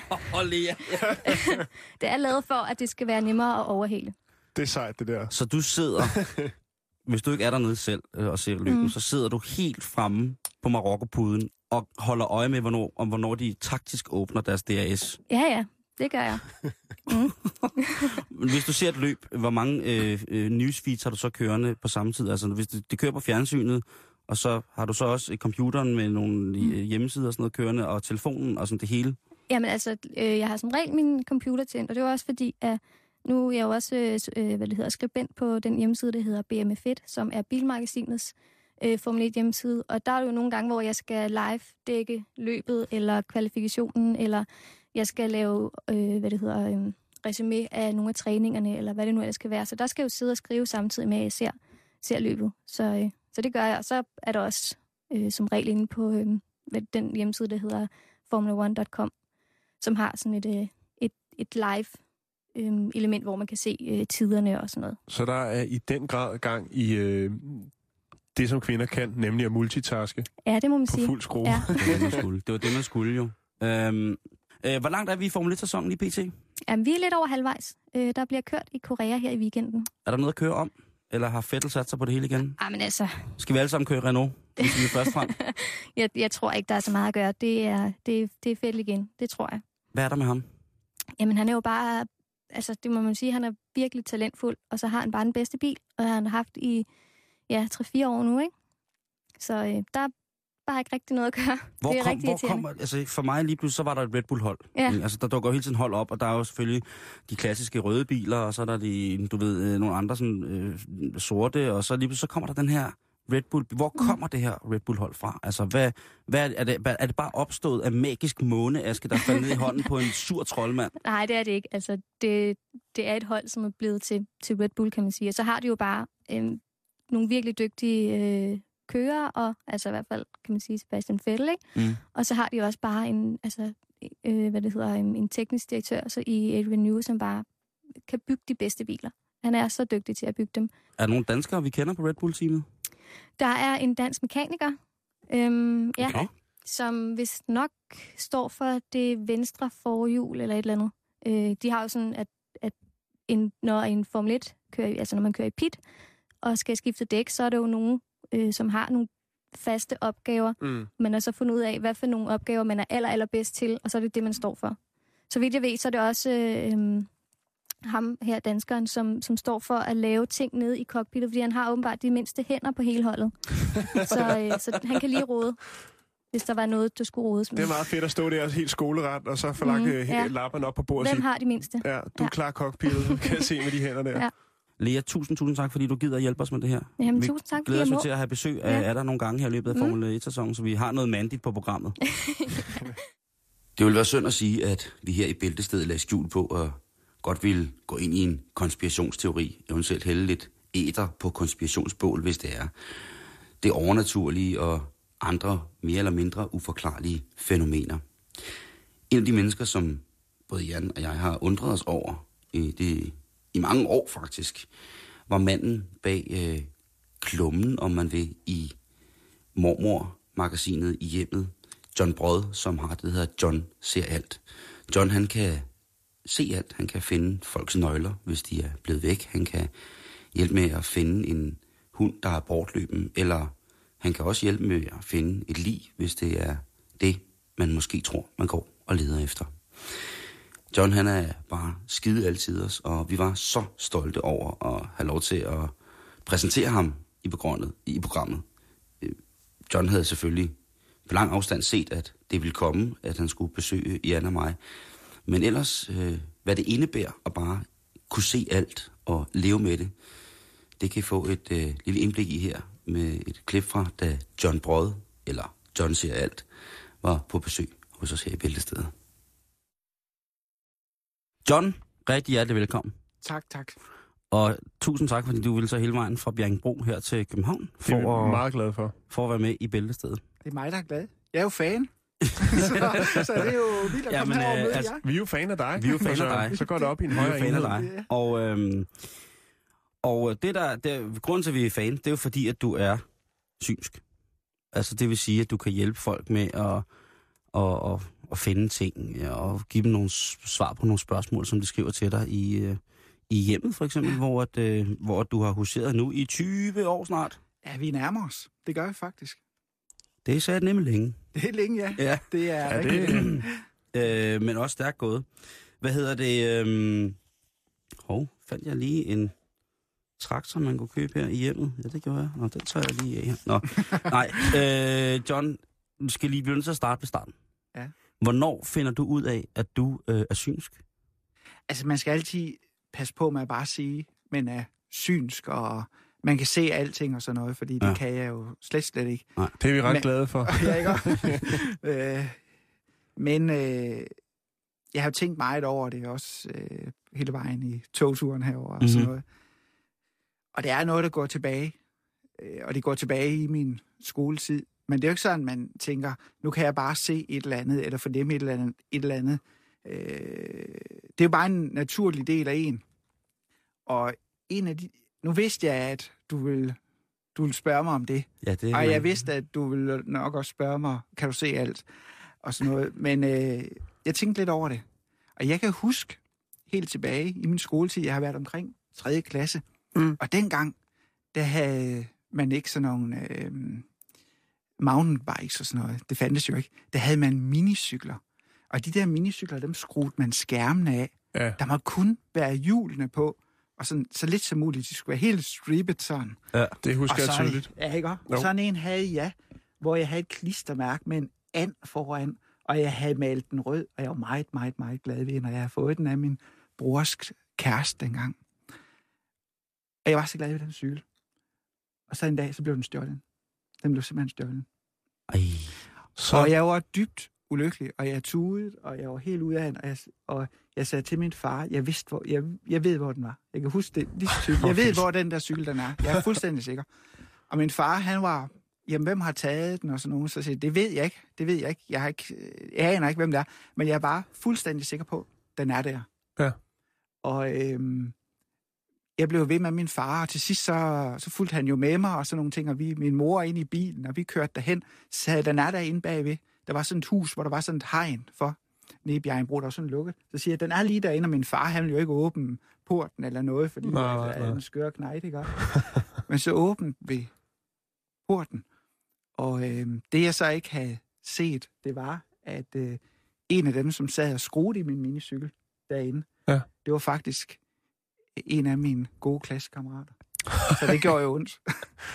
det er lavet for, at det skal være nemmere at overhale. Det er sejt, det der. Så du sidder hvis du ikke er dernede selv øh, og ser løbet, mm. så sidder du helt fremme på Marokko-puden og holder øje med, hvornår, om hvornår de taktisk åbner deres D R S. Ja, ja. Det gør jeg. Mm. Hvis du ser et løb, hvor mange øh, øh, newsfeeds har du så kørende på samme tid? Altså, hvis det, det kører på fjernsynet, og så har du så også computeren med nogle mm. hjemmesider og sådan noget kørende, og telefonen og sådan det hele? Jamen altså, øh, jeg har som regel min computer tændt, og det er også fordi, at nu er jeg jo også øh, hvad det hedder, skribent på den hjemmeside, der hedder B M F et, som er Bilmagasinets øh, Formel et hjemmeside. Og der er jo nogle gange, hvor jeg skal live-dække løbet, eller kvalifikationen, eller jeg skal lave, øh, hvad det hedder, øh, resumé af nogle af træningerne, eller hvad det nu ellers skal være. Så der skal jeg jo sidde og skrive samtidig med, at jeg ser, ser løbet. Så, øh, så det gør jeg. Og så er der også øh, som regel inde på øh, den hjemmeside, der hedder formula one punktum com, som har sådan et, øh, et, et live øh, element, hvor man kan se øh, tiderne og sådan noget. Så der er i den grad gang i øh, det, som kvinder kan, nemlig at multitaske? Ja, det må man på sige. På fuld skrue. Ja. Det var det, man skulle, det var det, man skulle jo. Øhm, øh, hvor langt er vi i Formel et-sæsonen lige pt? Jamen, vi er lidt over halvvejs. Øh, der bliver kørt i Korea her i weekenden. Er der noget at køre om? Eller har Vettel sat sig på det hele igen? Ah, men altså... Skal vi alle sammen køre Renault, hvis vi er først frem? jeg, jeg tror ikke, der er så meget at gøre. Det er, det, det er Vettel igen. Det tror jeg. Hvad er der med ham? Jamen, han er jo bare... Altså, det må man sige, han er virkelig talentfuld. Og så har han bare den bedste bil. Og han har haft i, ja, tre fire år nu, ikke? Så øh, der er bare ikke rigtig noget at gøre. Hvor, det er kom, rigtig hvor kommer... Altså, for mig lige pludselig, så var der et Red Bull-hold. Ja. Altså, der dukker jo hele tiden hold op, og der er jo selvfølgelig de klassiske røde biler, og så er der de, du ved, nogle andre sådan øh, sorte, og så lige pludselig, så kommer der den her Red Bull. Hvor kommer mm. det her Red Bull-hold fra? Altså, hvad, hvad er, det, er det bare opstået af magisk måneaske, der falder ned i hånden på en sur troldmand? Nej, det er det ikke. Altså, det, det er et hold, som er blevet til, til Red Bull, kan man sige. Og så har de jo bare øh, nogle virkelig dygtige øh, kører, og altså i hvert fald, kan man sige, Sebastian Vettel, ikke? Mm. Og så har de også bare en, altså, øh, hvad det hedder, en, en teknisk direktør så i Adrian Newey, som bare kan bygge de bedste biler. Han er så dygtig til at bygge dem. Er der nogle danskere, vi kender på Red Bull-teamet? Der er en dansk mekaniker, øhm, ja, okay. som vist nok står for det venstre forhjul eller et eller andet. Øh, de har jo sådan, at, at en, når en Formel et kører, altså når man kører i pit og skal skifte dæk, så er der jo nogen, øh, som har nogle faste opgaver. Mm. Man har så fundet ud af, hvad for nogle opgaver man er aller, allerbedst til, og så er det det, man står for. Så vidt jeg ved, så er det også øh, ham her, danskeren, som, som står for at lave ting nede i cockpittet, fordi han har åbenbart de mindste hænder på hele holdet. så, øh, så han kan lige rode, hvis der var noget, der skulle rodes med. Det er meget fedt at stå der helt skoleret, og så få lagt mm, ja. lapperne op på bordet. Hvem har de mindste? Ja, du er klar cockpittet, kan jeg se med de hænder der. Ja. Lea, tusind, tusind tak, fordi du gider at hjælpe os med det her. Jamen, vi tusind tak, glæder os til at have besøg af, ja. er der nogle gange her i løbet af Formel et-sæsonen, så vi har noget mandigt på programmet. Det vil være synd at sige, at vi her i Bæltestedet lagde skjul på, og godt vil gå ind i en konspirationsteori, eventuelt hælde lidt æter på konspirationsbål, hvis det er. Det overnaturlige og andre mere eller mindre uforklarlige fænomener. En af de mennesker, som både Jan og jeg har undret os over i, det, i mange år faktisk, var manden bag øh, klummen, om man vil, i Mormor-magasinet i hjemmet. John Brod, som har det, der hedder John ser alt. John, han kan se alt. Han kan finde folks nøgler, hvis de er blevet væk. Han kan hjælpe med at finde en hund, der er bortløben. Eller han kan også hjælpe med at finde et lig, hvis det er det, man måske tror, man går og leder efter. John, han er bare skide altid os, og vi var så stolte over at have lov til at præsentere ham i programmet. I programmet. John havde selvfølgelig på lang afstand set, at det ville komme, at han skulle besøge Jan og mig. Men ellers, øh, hvad det indebærer at bare kunne se alt og leve med det, det kan I få et øh, lille indblik i her med et klip fra, da John Brod, eller John ser alt, var på besøg hos os her i Bæltestedet. John, rigtig hjertelig velkommen. Tak, tak. Og tusind tak, fordi du ville så hele vejen fra Bjerringbro her til København. For det er vi meget glade for. For at være med i Bæltestedet. Det er mig, der er glad. Jeg er jo fan. så, så det er jo vildt at komme herover og møde altså, jer. Vi er jo fan af dig. Vi er jo fan af dig. Så går det op i en højere enhed. Af dig. Og, øhm, og det der, der, grunden til, at vi er fan, det er jo fordi, at du er synsk. Altså det vil sige, at du kan hjælpe folk med at, at, at, at finde ting, og give dem nogle svar på nogle spørgsmål, som de skriver til dig i, i hjemmet, for eksempel, hvor, at, øh, hvor du har huseret nu i tyve år snart? Ja, vi nærmer os. Det gør vi faktisk. Det er så nemlig længe. Det er længe, ja. Ja, det er ja, rigtig det, øh, men også stærkt gået. Hvad hedder det? Øh, hov, fandt jeg lige en traktor, man kunne købe her i hjemmet? Ja, det gjorde jeg. Nå, den tager jeg lige af her. Nå, nej. Øh, John, du skal lige begynde til at starte ved starten. Ja. Hvornår finder du ud af, at du øh, er synsk? Altså, man skal altid passe på med at bare sige, men er synsk, og man kan se alting og sådan noget, fordi det ja. kan jeg jo slet slet ikke. Nej, det er vi ret men, glade for. Ja, ikke? øh, men øh, jeg har jo tænkt meget over det også øh, hele vejen i togturen herover og mm-hmm. sådan noget. Og det er noget, der går tilbage. Øh, og det går tilbage i min skoletid. Men det er jo ikke sådan, man tænker, nu kan jeg bare se et eller andet, eller fornemme et eller andet. Et eller andet. Øh, det er jo bare en naturlig del af en. Og en af de... Nu vidste jeg, at du vil, du vil spørge mig om det. Ja, det og jeg vidste, at du vil nok også spørge mig, kan du se alt? Og sådan noget. Men øh, jeg tænkte lidt over det. Og jeg kan huske helt tilbage i min skoletid, jeg har været omkring tredje klasse. Mm. Og dengang, der havde man ikke sådan nogle øh, mountainbikes og sådan noget. Det fandtes jo ikke. Der havde man minicykler. Og de der minicykler, dem skruede man skærmene af. Ja. Der må kun være hjulene på. Og sådan, så lidt som muligt. De skulle være helt strippet sådan. Ja, det husker jeg så, tydeligt. Ja, ikke? No. Sådan en havde jeg, hvor jeg havde et klistermærke med en and foran, og jeg havde malet den rød, og jeg var meget, meget, meget glad ved, når jeg havde fået den af min brors kæreste dengang. Og jeg var så glad ved den cykel. Og så en dag, så blev den stjålet. Den blev simpelthen stjålet. Ej. Så... Og jeg var dybt ulykkelig, og jeg tudede, og jeg var helt ude af den, og jeg, og jeg sagde til min far, jeg vidste, hvor, jeg, jeg ved, hvor den var. Jeg kan huske det lige så tydeligt. Jeg ved, hvor den der cykel, den er. Jeg er fuldstændig sikker. Og min far, han var, jamen, hvem har taget den, og sådan nogen, så siger det ved jeg ikke, det ved jeg ikke. Jeg, har ikke, jeg aner ikke, hvem det er, men jeg er bare fuldstændig sikker på, den er der. Ja. Og øhm, jeg blev ved med min far, og til sidst så, så fulgte han jo med mig, og sådan nogle ting, og vi, min mor ind i bilen, og vi kørte derhen, så sagde, den er der inde bagved. Der var sådan et hus, hvor der var sådan et hegn for, nede i Bjerringbro, der var sådan lukket. Så siger jeg, den er lige derinde, og min far, han ville jo ikke åbne porten eller noget, fordi det er en skør knejt, ikke? Men så åbnede vi porten, og øh, det jeg så ikke havde set, det var, at øh, en af dem, som sad og skruede i min minicykel derinde, ja. Det var faktisk en af mine gode klassekammerater. Så det gjorde jo ondt.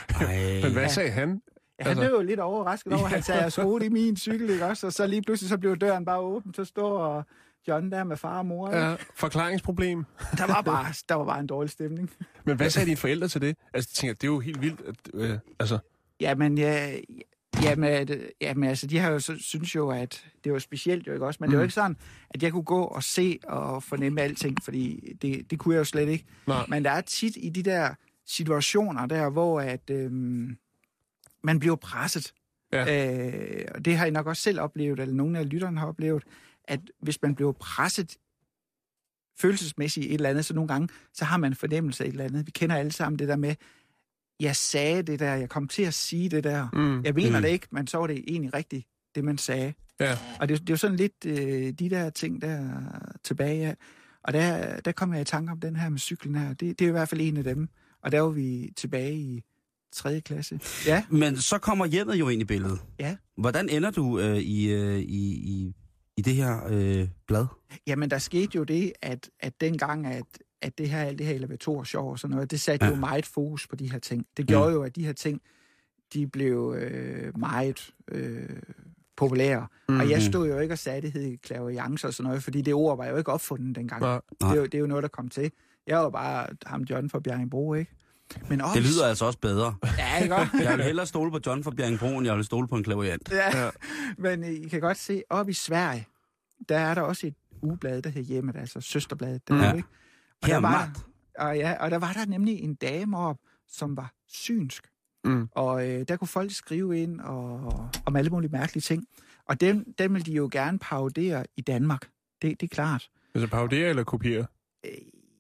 Men hvad sagde han? Ja, han blev jo lidt overrasket over, at han sagde, at jeg skruede i min cykel, ikke også? Og så lige pludselig så blev døren bare åben, så står John der med far og mor. Ja, forklaringsproblem. Der var bare, der var bare en dårlig stemning. Men hvad sagde dine forældre til det? Altså, jeg tænker, det er jo helt vildt. At, øh, altså. Jamen, ja, jamen, jamen, altså, de har jo så, synes jo, at det var specielt jo, ikke også? Men mm. det var ikke sådan, at jeg kunne gå og se og fornemme alting, fordi det, det kunne jeg jo slet ikke. Nej. Men der er tit i de der situationer der, hvor at... Øhm, man bliver presset. Ja. Øh, og det har I nok også selv oplevet, eller nogle af lytterne har oplevet, at hvis man bliver presset følelsesmæssigt et eller andet, så nogle gange, så har man en fornemmelse af et eller andet. Vi kender alle sammen det der med, jeg sagde det der, jeg kom til at sige det der. Mm. Jeg mener mm. det ikke, men så var det egentlig rigtigt, det man sagde. Ja. Og det, det er jo sådan lidt øh, de der ting der tilbage. Ja. Og der, der kom jeg i tanke om den her med cyklen her. Det, det er i hvert fald en af dem. Og der var vi tilbage i tredje klasse. Ja. Men så kommer hjemmet jo ind i billedet. Ja. Hvordan ender du øh, i, øh, i, i, i det her øh, blad? Jamen, der skete jo det, at, at dengang, at, at det her, alt det her elevatorshow og sådan noget, det satte ja. jo meget fokus på de her ting. Det gjorde ja. jo, at de her ting, de blev øh, meget øh, populære. Mm-hmm. Og jeg stod jo ikke og sagde, det hed clairvoyance og sådan noget, fordi det ord var jo ikke opfundet dengang. Ja. Det, er jo, det er jo noget, der kom til. Jeg var bare ham John fra Bjerringbro, ikke? Men også... Det lyder altså også bedre. Ja, ikke godt? Jeg vil hellere stole på John fra Bjerringbro, end jeg vil stole på en clairvoyant. Ja. Ja, men I kan godt se, oppe i Sverige, der er der også et ugeblad, der hedder Hjemmet, altså søsterbladet. Der, ja. Ikke? Og, der var, og, ja, og der var der nemlig en dame op, som var synsk. Mm. Og øh, der kunne folk skrive ind og, om alle mulige mærkelige ting. Og dem, dem ville de jo gerne parodere i Danmark. Det, det er klart. Altså parodere eller kopiere? Øh,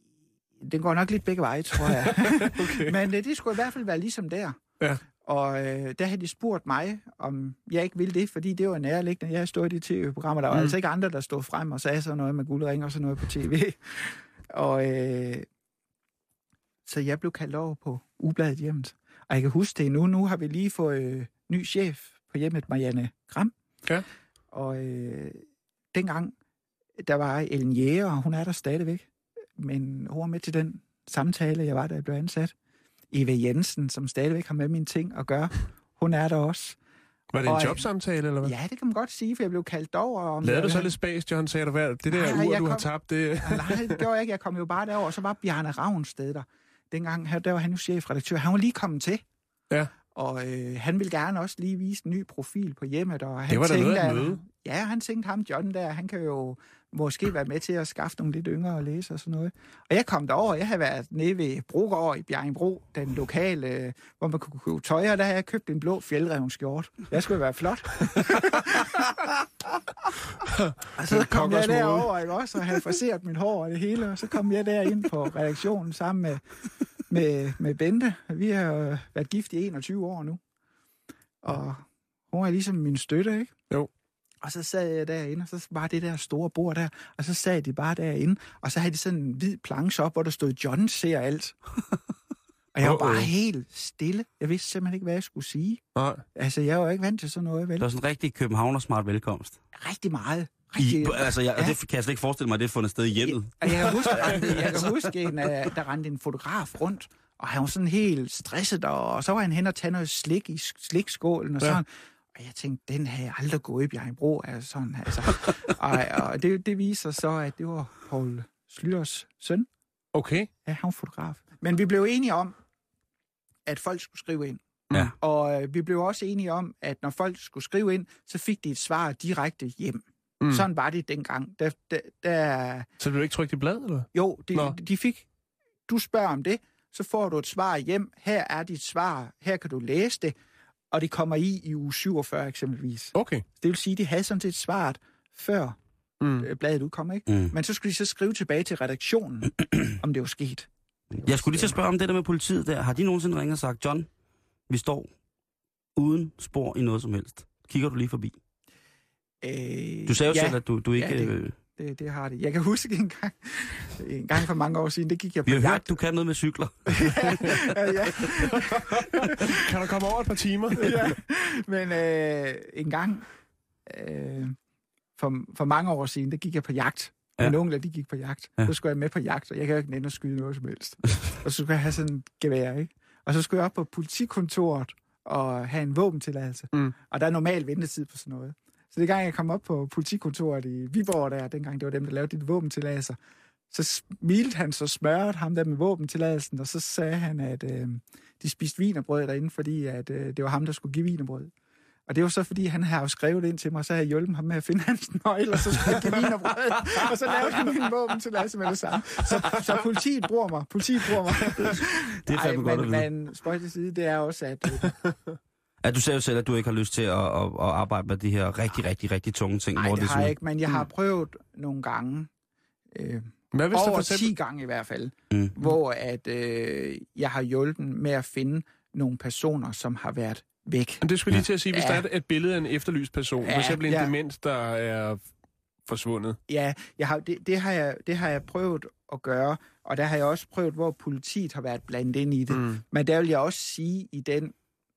Den går nok lidt begge veje, tror jeg. Okay. Men øh, det skulle i hvert fald være ligesom der. Ja. Og øh, der havde de spurgt mig, om jeg ikke ville det, fordi det var nærliggende. Jeg stod i de tv-programmer. Der var mm. altså ikke andre, der stod frem og sagde sådan noget med guldring og sådan noget på tv. Og, øh, så jeg blev kaldt over på Ugebladet Hjemmet. Og jeg kan huske det nu. Nu har vi lige fået øh, ny chef på Hjemmet, Marianne Gram. Ja. Og øh, dengang, der var Ellen Jæger, og hun er der stadigvæk. Men hun var med til den samtale, jeg var, da jeg blev ansat. Eva Jensen, som stadigvæk har med mine ting at gøre. Hun er der også. Var det en og, jobsamtale, eller hvad? Ja, det kan man godt sige, for jeg blev kaldt over. Om Lavede du så han... lidt spas, John? Sagde du, hvad? Det der nej, ur, du kom... har tabt, det... nej, det gjorde jeg ikke. Jeg kom jo bare derover, og så var Bjarne Ravnsted der. Dengang, der var han jo chefredaktør. Han var lige kommet til. Ja. Og øh, han ville gerne også lige vise en ny profil på Hjemmet. Og han det var da tænkte, noget at møde. Ja, han tænkte ham, John der, han kan jo måske være med til at skaffe nogle lidt yngre og læse og sådan noget. Og jeg kom derover, jeg havde været nede ved Brogård i Bjerringbro, den lokale, hvor man kunne købe tøj, og der havde jeg købt en blå fjeldrevnskjort. Jeg skulle være flot. Og så kom jeg derover, ikke også, og havde forseret mit hår og det hele, og så kom jeg derind på redaktionen sammen med, med, med Bente. Vi har jo været gift i enogtyve år nu. Og hun er ligesom min støtte, ikke? Jo. Og så sad jeg derinde, og så var det der store bord der, og så sad de bare derinde, og så havde de sådan en hvid planche op, hvor der stod, John ser alt. Og jeg var bare helt stille. Jeg vidste simpelthen ikke, hvad jeg skulle sige. Nej. Altså, jeg var ikke vant til sådan noget, vel? Det var sådan en rigtig københavner-smart velkomst. Rigtig meget. Rigtig... I, altså, jeg, ja. Det kan jeg slet ikke forestille mig, at det er fundet sted i hjemmet. Jeg, jeg kan huske, jeg kan huske en, der rendte en fotograf rundt, og han var sådan helt stresset, og så var han hen og tage noget slik i slikskålen og sådan. Ja. Og jeg tænkte, den havde jeg aldrig gået i Bjerringbro. Altså sådan, altså. og og det, det viser så, at det var Poul Slytters søn. Okay. Ja, han var fotograf. Men vi blev enige om, at folk skulle skrive ind. Ja. Og øh, vi blev også enige om, at når folk skulle skrive ind, så fik de et svar direkte hjem. Mm. Sådan var det dengang. Der, der, der... Så blev du ikke trykt i bladet, eller? Jo, de, de fik... Du spørger om det, så får du et svar hjem. Her er dit svar. Her kan du læse det. Og det kommer i i uge syvogfyrre eksempelvis. Okay. Det vil sige, at de havde sådan set svaret før mm. bladet udkom, ikke? Mm. Men så skulle de så skrive tilbage til redaktionen, om det var sket. Det var jeg skulle lige til at spørge om det der med politiet der. Har de nogensinde ringet og sagt, John, vi står uden spor i noget som helst. Kigger du lige forbi? Øh, du sagde jo ja, selv, at du, du ikke... Ja, det, det, det har det. Jeg kan huske en gang, en gang for mange år siden, det gik jeg på jagt. Vi har hørt, du kan noget med cykler. ja, ja. Kan du komme over et par timer? ja. Men øh, en gang, øh, for, for mange år siden, der gik jeg på jagt. Ja. Min onkel, de gik på jagt. Ja. Så skulle jeg med på jagt, og jeg kan jo ikke nænde at skyde noget som helst. Og så skulle jeg have sådan en gevær, ikke? Og så skulle jeg op på politikontoret og have en våbentilladelse. Mm. Og der er normal ventetid på sådan noget. Så det gang, jeg kom op på politikontoret i Viborg der, dengang det var dem, der lavede de våbentilladelser, så smilte han, så smørte ham der med våbentilladelsen, og så sagde han, at øh, de spiste wienerbrød derinde, fordi at, øh, det var ham, der skulle give wienerbrød. Og det var så, fordi han havde jo skrevet ind til mig, og så havde jeg hjulpet ham med at finde hans nøgle, og så skulle jeg give wienerbrød, og så lavede han min våbentilladelse med det samme. Så, så politiet bruger mig. Politiet bruger mig. Det er fandme godt at vide. Men spøj til side, det er også, at... Ja, du sagde jo selv, at du ikke har lyst til at, at, at arbejde med de her rigtig, rigtig, rigtig tunge ting. Nej, hvor det, det har jeg sådan... ikke, men jeg har prøvet nogle gange, øh, Hvad hvis over for eksempel... ti gange i hvert fald, mm. hvor at, øh, jeg har hjulpet med at finde nogle personer, som har været væk. Men det skulle lige til at sige, hvis ja. der er et billede af en efterlyst person, ja, for eksempel en ja. demens, der er forsvundet. Ja, jeg har, det, det, har jeg, det har jeg prøvet at gøre, og der har jeg også prøvet, hvor politiet har været blandet ind i det. Mm. Men der vil jeg også sige i den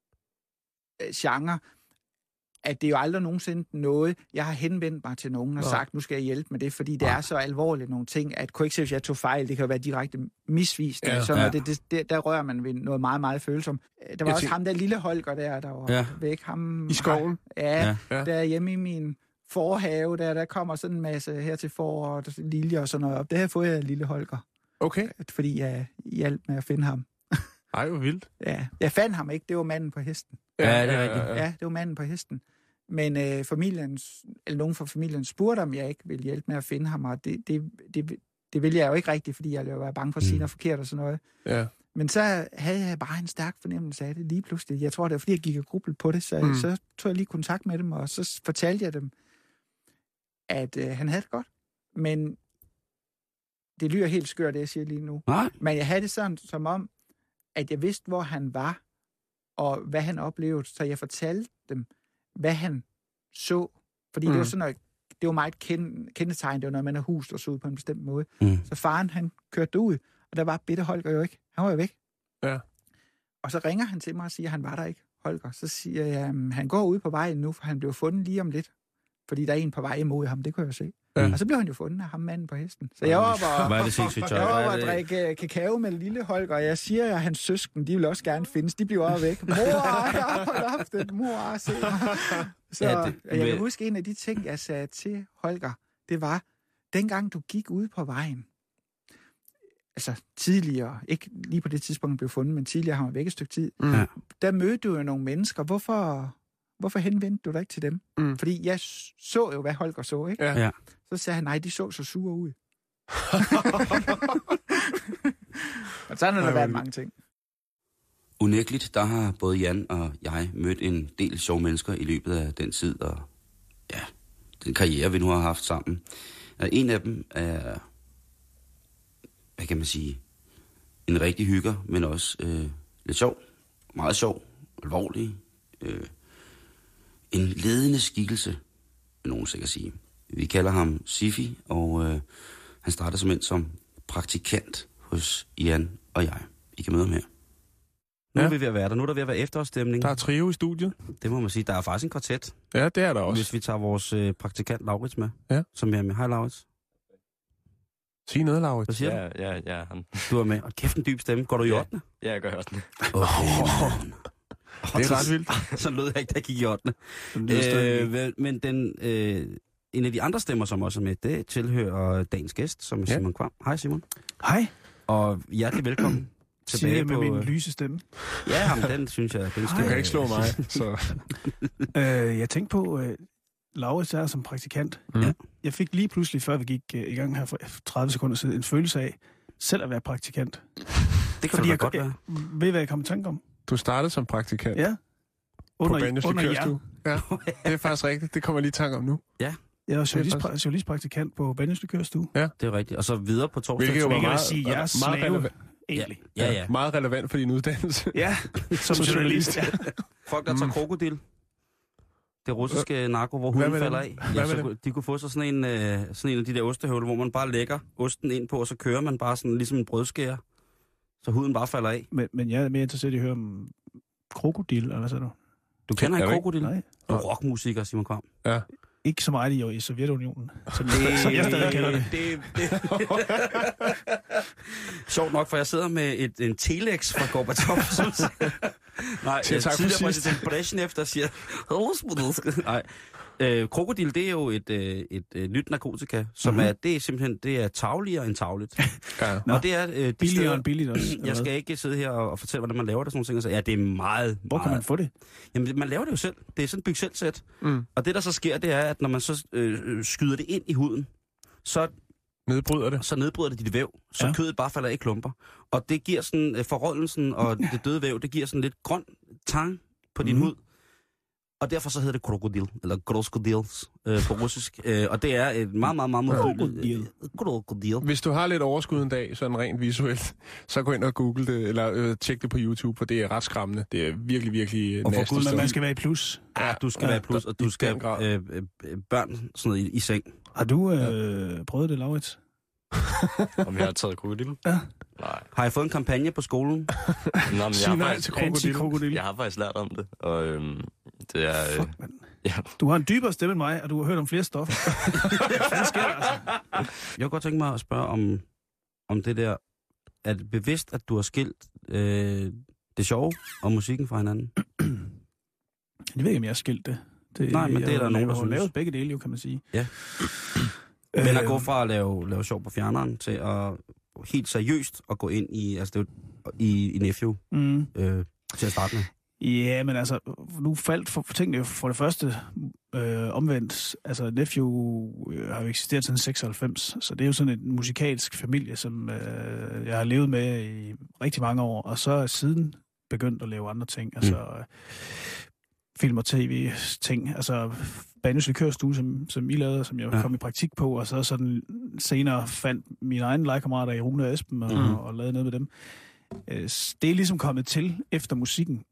genre, at det er jo aldrig nogensinde noget, jeg har henvendt mig til nogen og ja. sagt, nu skal jeg hjælpe med det, fordi det ja. er så alvorligt nogle ting, at kunne ikke se, hvis jeg tog fejl, det kan jo være direkte misvisende, ja. sådan, ja. det, det, det, der rører man ved noget meget, meget følsomt. Der var jeg også tænker... ham der lille Holger der, der var ja. væk. Ham, I skoven? Ja, ja, der hjemme i min forhave, der, der kommer sådan en masse her til foråret, liljer og sådan noget op. Det har jeg fået af lille Holger. Okay. Fordi jeg hjalp med at finde ham. Ej, hvor vildt. Ja, jeg fandt ham ikke, det var manden på hesten. Ja, det er rigtigt. Ja, det var manden på hesten. Men øh, familien, eller nogen fra familien spurgte, om jeg ikke ville hjælpe med at finde ham, og det, det, det, det ville jeg jo ikke rigtigt, fordi jeg ville være bange for at sige noget forkert og sådan noget. Ja. Men så havde jeg bare en stærk fornemmelse af det lige pludselig. Jeg tror, det var, fordi jeg gik og grublede på det, så, mm. så tog jeg lige kontakt med dem, og så fortalte jeg dem, at øh, han havde det godt. Men det lyder helt skørt, det jeg siger lige nu. Nej. Men jeg havde det sådan som om, at jeg vidste, hvor han var, og hvad han oplevede, så jeg fortalte dem, hvad han så. Fordi mm. det var sådan noget, det var meget kend, kendetegn, det var noget, man har hus og så ud på en bestemt måde. Mm. Så faren, han kørte ud, Og der var Bitte Holger jo ikke. Han var jo væk. Ja. Og så ringer han til mig og siger, at han var der ikke, Holger. Så siger jeg, at han går ud på vejen nu, for han blev fundet lige om lidt. Fordi der er en på vej imod ham, det kunne jeg jo se. Ja. Og så blev han jo fundet af ham manden på hesten. Så jeg var bare at drikke kakao med lille Holger, og jeg siger, at hans søsken, de vil også gerne findes. De bliver også væk. Mor, jeg er på loftet. Mor, se mig. Så ja, det, jeg kan huske, en af de ting, jeg sagde til Holger, det var, dengang du gik ud på vejen, altså tidligere, ikke lige på det tidspunkt, han blev fundet, men tidligere har han væk et stykke tid, mm. der mødte du jo nogle mennesker. Hvorfor... Hvorfor henvendte du dig ikke til dem? Mm. Fordi jeg så jo, hvad Holger så, ikke? Ja. Så sagde han, nej, de så så sure ud. Og sådan har der været mange ting. Unægteligt, der har både Jan og jeg mødt en del sjove mennesker i løbet af den tid, og ja, den karriere, vi nu har haft sammen. Og en af dem er, hvad kan man sige, en rigtig hygger, men også øh, lidt sjov, meget sjov, alvorlig, øh, en ledende skikkelse, vil nogen sikkert sige. Vi kalder ham Sifi, og øh, han starter simpelthen som praktikant hos Jan og jeg. I kan møde ham her. Nu ja. er vi ved at være der. Nu er der ved at være efterårsstemning. Der er trio i studiet. Det må man sige. Der er faktisk en kvartet. Ja, det er der også. Hvis vi tager vores øh, praktikant Laurits med. Ja. Som er med. Hej, Laurits. Sig noget, Laurits. Hvad siger ja, du? Ja, ja, han. Du er med. Og kæft en dyb stemme. Går du i ottende? Ja, jeg gør i ottende. Okay. Oh. Det er ret vildt. Sådan lød jeg ikke, der gik i ottende. Øh, men den, øh, en af de andre stemmer, som også er med, det tilhører dagens gæst, som er ja. Simon Kvam. Hej, Simon. Hej. Og hjertelig velkommen. Tilbage jeg med på, min lyse stemme. Ja, jamen, den synes jeg, den skal... Du kan ikke slå mig, så... øh, jeg tænkte på, uh, Laurits er som praktikant. Mm. Ja. Jeg fik lige pludselig, før vi gik uh, i gang her for tredive sekunder siden, en følelse af selv at være praktikant. Det kan du da godt være. Ved I, hvad jeg kom i tanke om? Du startede som praktikant? Ja. Under, på Bandiske Kørestue? Ja, det er faktisk rigtigt. Det kommer jeg lige i tanke om nu. Ja. Jeg var journalistpraktikant på Bandiske Kørestue. Ja. Det er rigtigt. Og så videre på torsdag. Hvilket jo var meget, sige, jeg er meget relevant. Egentlig. Ja, ja, ja. Meget relevant for din uddannelse. Ja, som, som journalist. Ja. Folk, der tager mm. krokodil. Det russiske narko, hvor huden falder af. Ja, så, de kunne få sig sådan en, øh, sådan en af de der ostehøvler, hvor man bare lægger osten ind på, og så kører man bare sådan ligesom en brødskærer. Så huden bare falder af. Men, men jeg er mere interesseret i at høre om krokodil, eller hvad siger du? Du kender ikke krokodil? Nej. Du er rockmusiker, Simon Kvam. Ja. Ikke så meget i, i Sovjetunionen, som, det, som jeg stadig kender det. det, det. Sjovt nok, for jeg sidder med et, en telex fra Gorbachev. Nej, tidligere præsident Brezhnev, der siger... Nej. Øh, krokodil, det er jo et, øh, et, et, et nyt narkotika, som mm-hmm. er, det er simpelthen, det er tagligere end tagligt. Ja. Og det er... Øh, billigere end billigt også. Jeg skal ikke sidde her og, og fortælle, hvordan man laver det, sådan nogle ting. Så, ja, det er meget, Hvor meget... kan man få det? Jamen, man laver det jo selv. Det er sådan et byg selv sæt. Mm. Og det, der så sker, det er, at når man så øh, skyder det ind i huden, så... Nedbryder det. Så nedbryder det dit væv, så ja. kødet bare falder i klumper. Og det giver sådan, øh, forrådelsen og det døde væv, det giver sådan lidt grøn tang på din mm. hud. Og derfor så hedder det krokodil, eller krokodils øh, på russisk. Øh, og det er et meget, meget, meget modbydeligt krokodil. Hvis du har lidt overskud en dag, sådan rent visuelt, så gå ind og google det, eller øh, tjek det på YouTube, for det er ret skræmmende. Det er virkelig, virkelig og for Gud, man skal være i plus. Ja, du skal ja, være i plus, og du skal øh, øh, børn sådan noget i, i seng. Har du øh, ja. prøvet det, Laurits? Om jeg har taget krokodil? Ja. Nej. Har I fået en kampagne på skolen? Nå, men jeg, har faktisk, krokodil. jeg har faktisk lært om det, og øhm, det er... Øh, Fuck, ja. Du har en dybere stemme end mig, og du har hørt om flere stoffer. Det sker altså. Jeg kunne godt tænke mig at spørge om, om det der... Er det bevidst, at du har skilt øh, det sjove og musikken fra hinanden? Jeg ved ikke, om jeg har skilt det. det Nej, men det er der nogen, der synes. Jeg har lavet begge dele, jo, kan man sige. Ja. Men at gå fra at lave, lave sjov på fjerneren til at helt seriøst at gå ind i, altså det er, i, i Nephew mm. øh, til at starte med. Ja, men altså, nu faldt for, for tingene for det første øh, omvendt. Altså, Nephew øh, har jo eksisteret siden seksoghalvfems, så det er jo sådan en musikalsk familie, som øh, jeg har levet med i rigtig mange år, og så er siden begyndt at lave andre ting. Altså, mm. film og tv-ting. Altså, Bandiske Kørestue, som, som I lavede, som jeg ja. kom i praktik på, og så sådan senere fandt mine egne legekammerater i Rune og Esben og, mm. og, og lavede noget med dem. Det er ligesom kommet til efter musikken.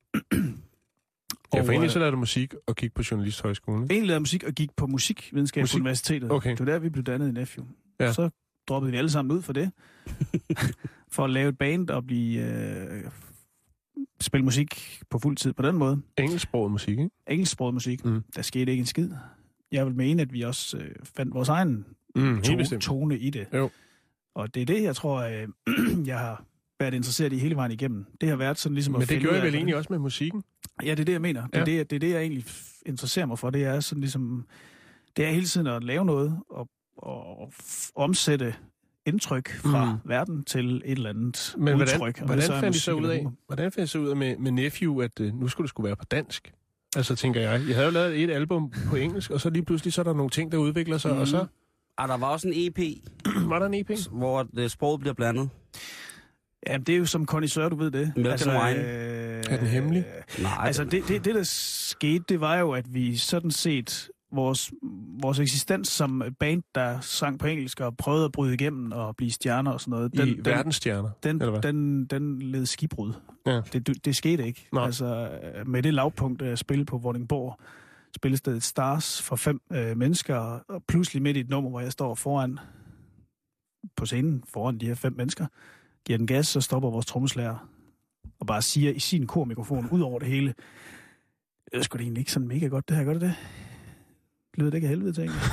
Ja, for egentlig så lavede du musik og gik på Journalisthøjskolen. Egentlig lavede musik og gik på musikvidenskab musik? på universitetet. Okay. Det var der, vi blev dannet i Nephew. Ja. Så droppede vi alle sammen ud for det. for at lave et band og blive... Øh, spille musik på fuld tid på den måde. Engelsksproget musik, ikke? Engelsksproget musik. Mm. Der skete ikke en skid. Jeg vil mene, at vi også øh, fandt vores egen mm, to- tone i det. Jo. Og det er det, jeg tror, øh, jeg har været interesseret i hele vejen igennem. Det har været sådan ligesom... Men at det gør jeg vel af, egentlig også med musikken? Ja, det er det, jeg mener. Det er, ja. det, det er det, jeg egentlig interesserer mig for. Det er sådan ligesom... Det er hele tiden at lave noget og, og omsætte indtryk fra mm. verden til et eller andet Men udtryk. Hvordan, hvordan fandt I så ud af, hvordan fandt I så ud af med, med Nephew, at uh, nu skulle det skulle være på dansk? Altså, tænker jeg. Jeg havde jo lavet et album på engelsk, og så lige pludselig så er der nogle ting, der udvikler sig, mm. og så... Ah, der var også en E P. Var der en E P? Hvor det, sproget bliver blandet. Ja, det er jo som connoisseur, du ved det. Milk altså, and wine. Øh, er den hemmelig? Nej. Altså, det, det, det, der skete, det var jo, at vi sådan set... Vores, vores eksistens som band, der sang på engelsk og prøvede at bryde igennem og blive stjerner og sådan noget. Den, I verdensstjerner? Den, den, den, den led skibrud. Ja. Det, det skete ikke. Nå. Altså, med det lavpunkt at spille på Vordingborg, spillestedet Stars for fem øh, mennesker, og pludselig midt i et nummer, hvor jeg står foran på scenen, foran de her fem mennesker, giver den gas, så stopper vores trommeslager og bare siger i sin kormikrofon ud over det hele, det er sgu da egentlig ikke sådan mega godt, det her, gør det det? Lyder det ikke af helvede til, egentlig?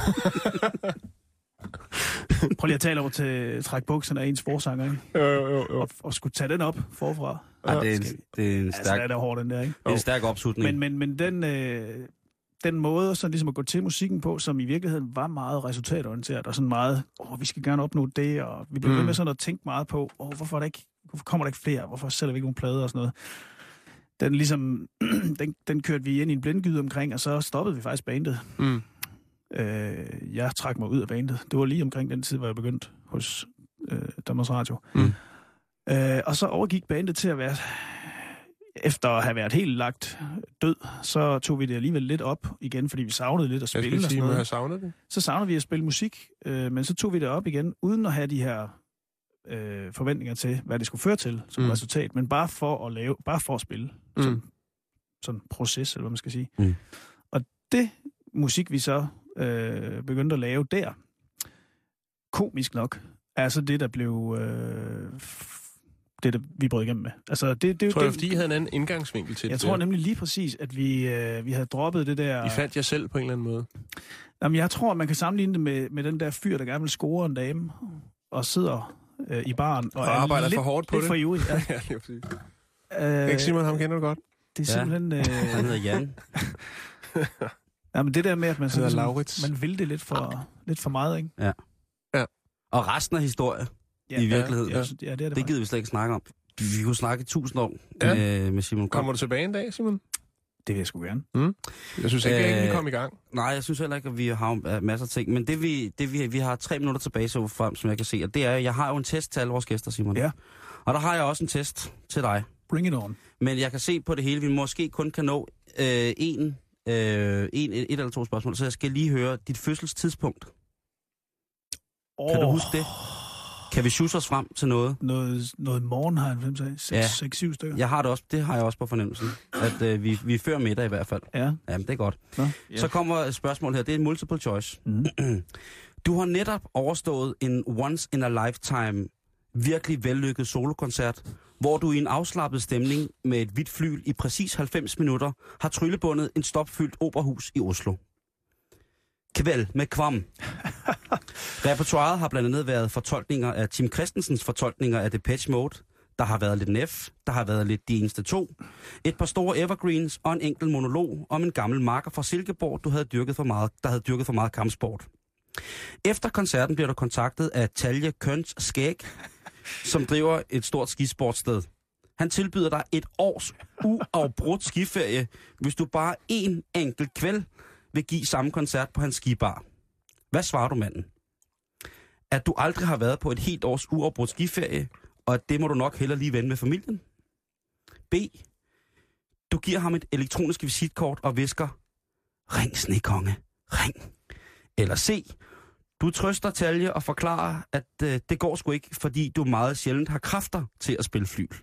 Prøv lige at tale over til træk bukserne af ens forsanger, ikke? Jo, jo, jo. Og, og skulle tage den op forfra. Ja, det, er en, det er en stærk... Altså, det er hårdt, den der, ikke? Det er en stærk opslutning. Men, men, men den, øh, den måde sådan ligesom at gå til musikken på, som i virkeligheden var meget resultatorienteret, og sådan meget, åh, vi skal gerne opnå det, og vi blev mm. ved med sådan at tænke meget på, åh, hvorfor, er der ikke, hvorfor kommer der ikke flere? Hvorfor sælger vi ikke nogle plader og sådan noget? Den ligesom, den, den kørte vi ind i en blindgyde omkring, og så stoppede vi faktisk bandet. Mm. Øh, jeg trak mig ud af bandet. Det var lige omkring den tid, hvor jeg begyndte hos øh, Danmarks Radio. Mm. Øh, og så overgik bandet til at være, efter at have været helt lagt død, så tog vi det alligevel lidt op igen, fordi vi savnede lidt at spille. Jeg skal sige, og at jeg savnede det. Så savnede vi at spille musik, øh, men så tog vi det op igen, uden at have de her øh, forventninger til, hvad det skulle føre til som mm. resultat, men bare for at lave, bare for at spille. Mm. Som, sådan en proces, eller hvad man skal sige. Mm. Og det musik, vi så øh, begyndte at lave der, komisk nok, er så det, der blev øh, det, der vi brød igennem med. Altså, det, det, tror jeg, det, fordi I havde en anden indgangsvinkel til jeg det? Jeg tror nemlig lige præcis, at vi, øh, vi havde droppet det der... I fandt jer selv på en eller anden måde? Jamen, jeg tror, at man kan sammenligne det med, med den der fyr, der gerne vil score en dame, og sidder øh, i baren, og, og arbejder lidt, for hårdt på lidt det. For ivrig, ja. Ja, lige præcis. Øh, ikke Simon, ham kender du godt? Det er simpelthen... Ja, øh, han hedder Jan. Ja, men det der med, at man, sådan, sådan, man vil det lidt for, lidt for meget, ikke? Ja. Ja. Og resten af historie, ja, i virkeligheden, ja, ja, det, er det, det gider vi slet ikke snakke om. Vi kunne snakke i tusind år ja. med, med Simon Koch. Kommer du tilbage en dag, Simon? Det vil jeg sgu gerne. Mm. Jeg synes ikke, at vi kommer i gang. Nej, jeg synes heller ikke, at vi har masser af ting. Men det vi, det vi, vi har tre minutter tilbage så frem, som jeg kan se, og det er, jeg har jo en test til alle vores gæster, Simon. Ja. Og der har jeg også en test til dig. Bring it on. Men jeg kan se på det hele, vi måske kun kan nå øh, en, øh, en, et eller to spørgsmål, så jeg skal lige høre dit fødselstidspunkt. Oh. Kan du huske det? Kan vi sjuse os frem til noget? Noget, noget morgen har jeg en seks syv stykker. Jeg har det også, det har jeg også på fornemmelsen. At øh, vi, vi er før middag i hvert fald. Ja. Jamen, det er godt. Nå, ja. Så kommer et spørgsmål her. Det er en multiple choice. Mm. Du har netop overstået en once in a lifetime, virkelig vellykket solokoncert, hvor du i en afslappet stemning med et hvidt flyl i præcis halvfems minutter har tryllebundet en stopfyldt operahus i Oslo. Kvæl med kvam. Repertoiret har blandt andet været fortolkninger af Tim Christensens fortolkninger af Depeche Mode. Der har været lidt Neff, der har været lidt De Eneste To, et par store evergreens og en enkelt monolog om en gammel marker fra Silkeborg, du havde dyrket for meget, der havde dyrket for meget kampsport. Efter koncerten bliver du kontaktet af Talje Køns Skæg, som driver et stort skisportssted. Han tilbyder dig et års uafbrudt skiferie, hvis du bare en enkelt kvæld vil give samme koncert på hans skibar. Hvad svarer du manden? At du aldrig har været på et helt års uafbrudt skiferie, og at det må du nok hellere lige vende med familien? B. Du giver ham et elektronisk visitkort og visker, ring snekonge, ring. Eller C. Du trøster Talje og forklarer, at øh, det går sgu ikke, fordi du meget sjældent har kræfter til at spille flyl.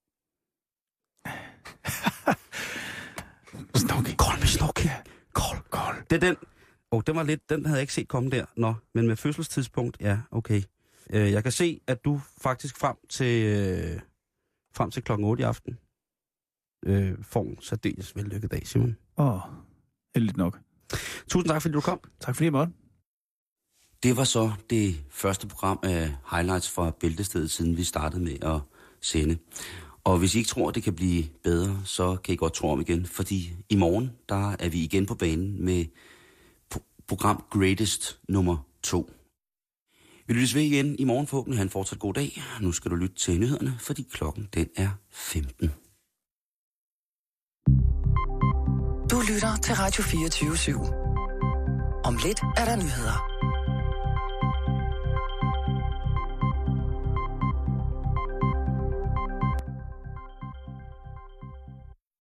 Snorke. Kold med snorke. Kold, kold. Det er den. Åh, oh, den var lidt, den havde jeg ikke set komme der. Nå, men med fødselstidspunkt, ja, okay. Øh, jeg kan se, at du faktisk frem til, øh, frem til klokken otte i aften øh, får en særdeles vellykket dag, Simon. Åh, oh, heldigt nok. Tusind tak, fordi du kom. Tak fordi jeg måtte. Det var så det første program af highlights fra Bæltestedet, siden vi startede med at sende. Og hvis I ikke tror, det kan blive bedre, så kan I godt tro om igen, fordi i morgen, der er vi igen på banen med pro- program Greatest nummer to. Vi lyttes ved igen i morgen forhåbentlig. Ha' en fortsat god dag. Nu skal du lytte til nyhederne, fordi klokken den er femten. Du lytter til Radio fireogtyve syv. Om lidt er der nyheder.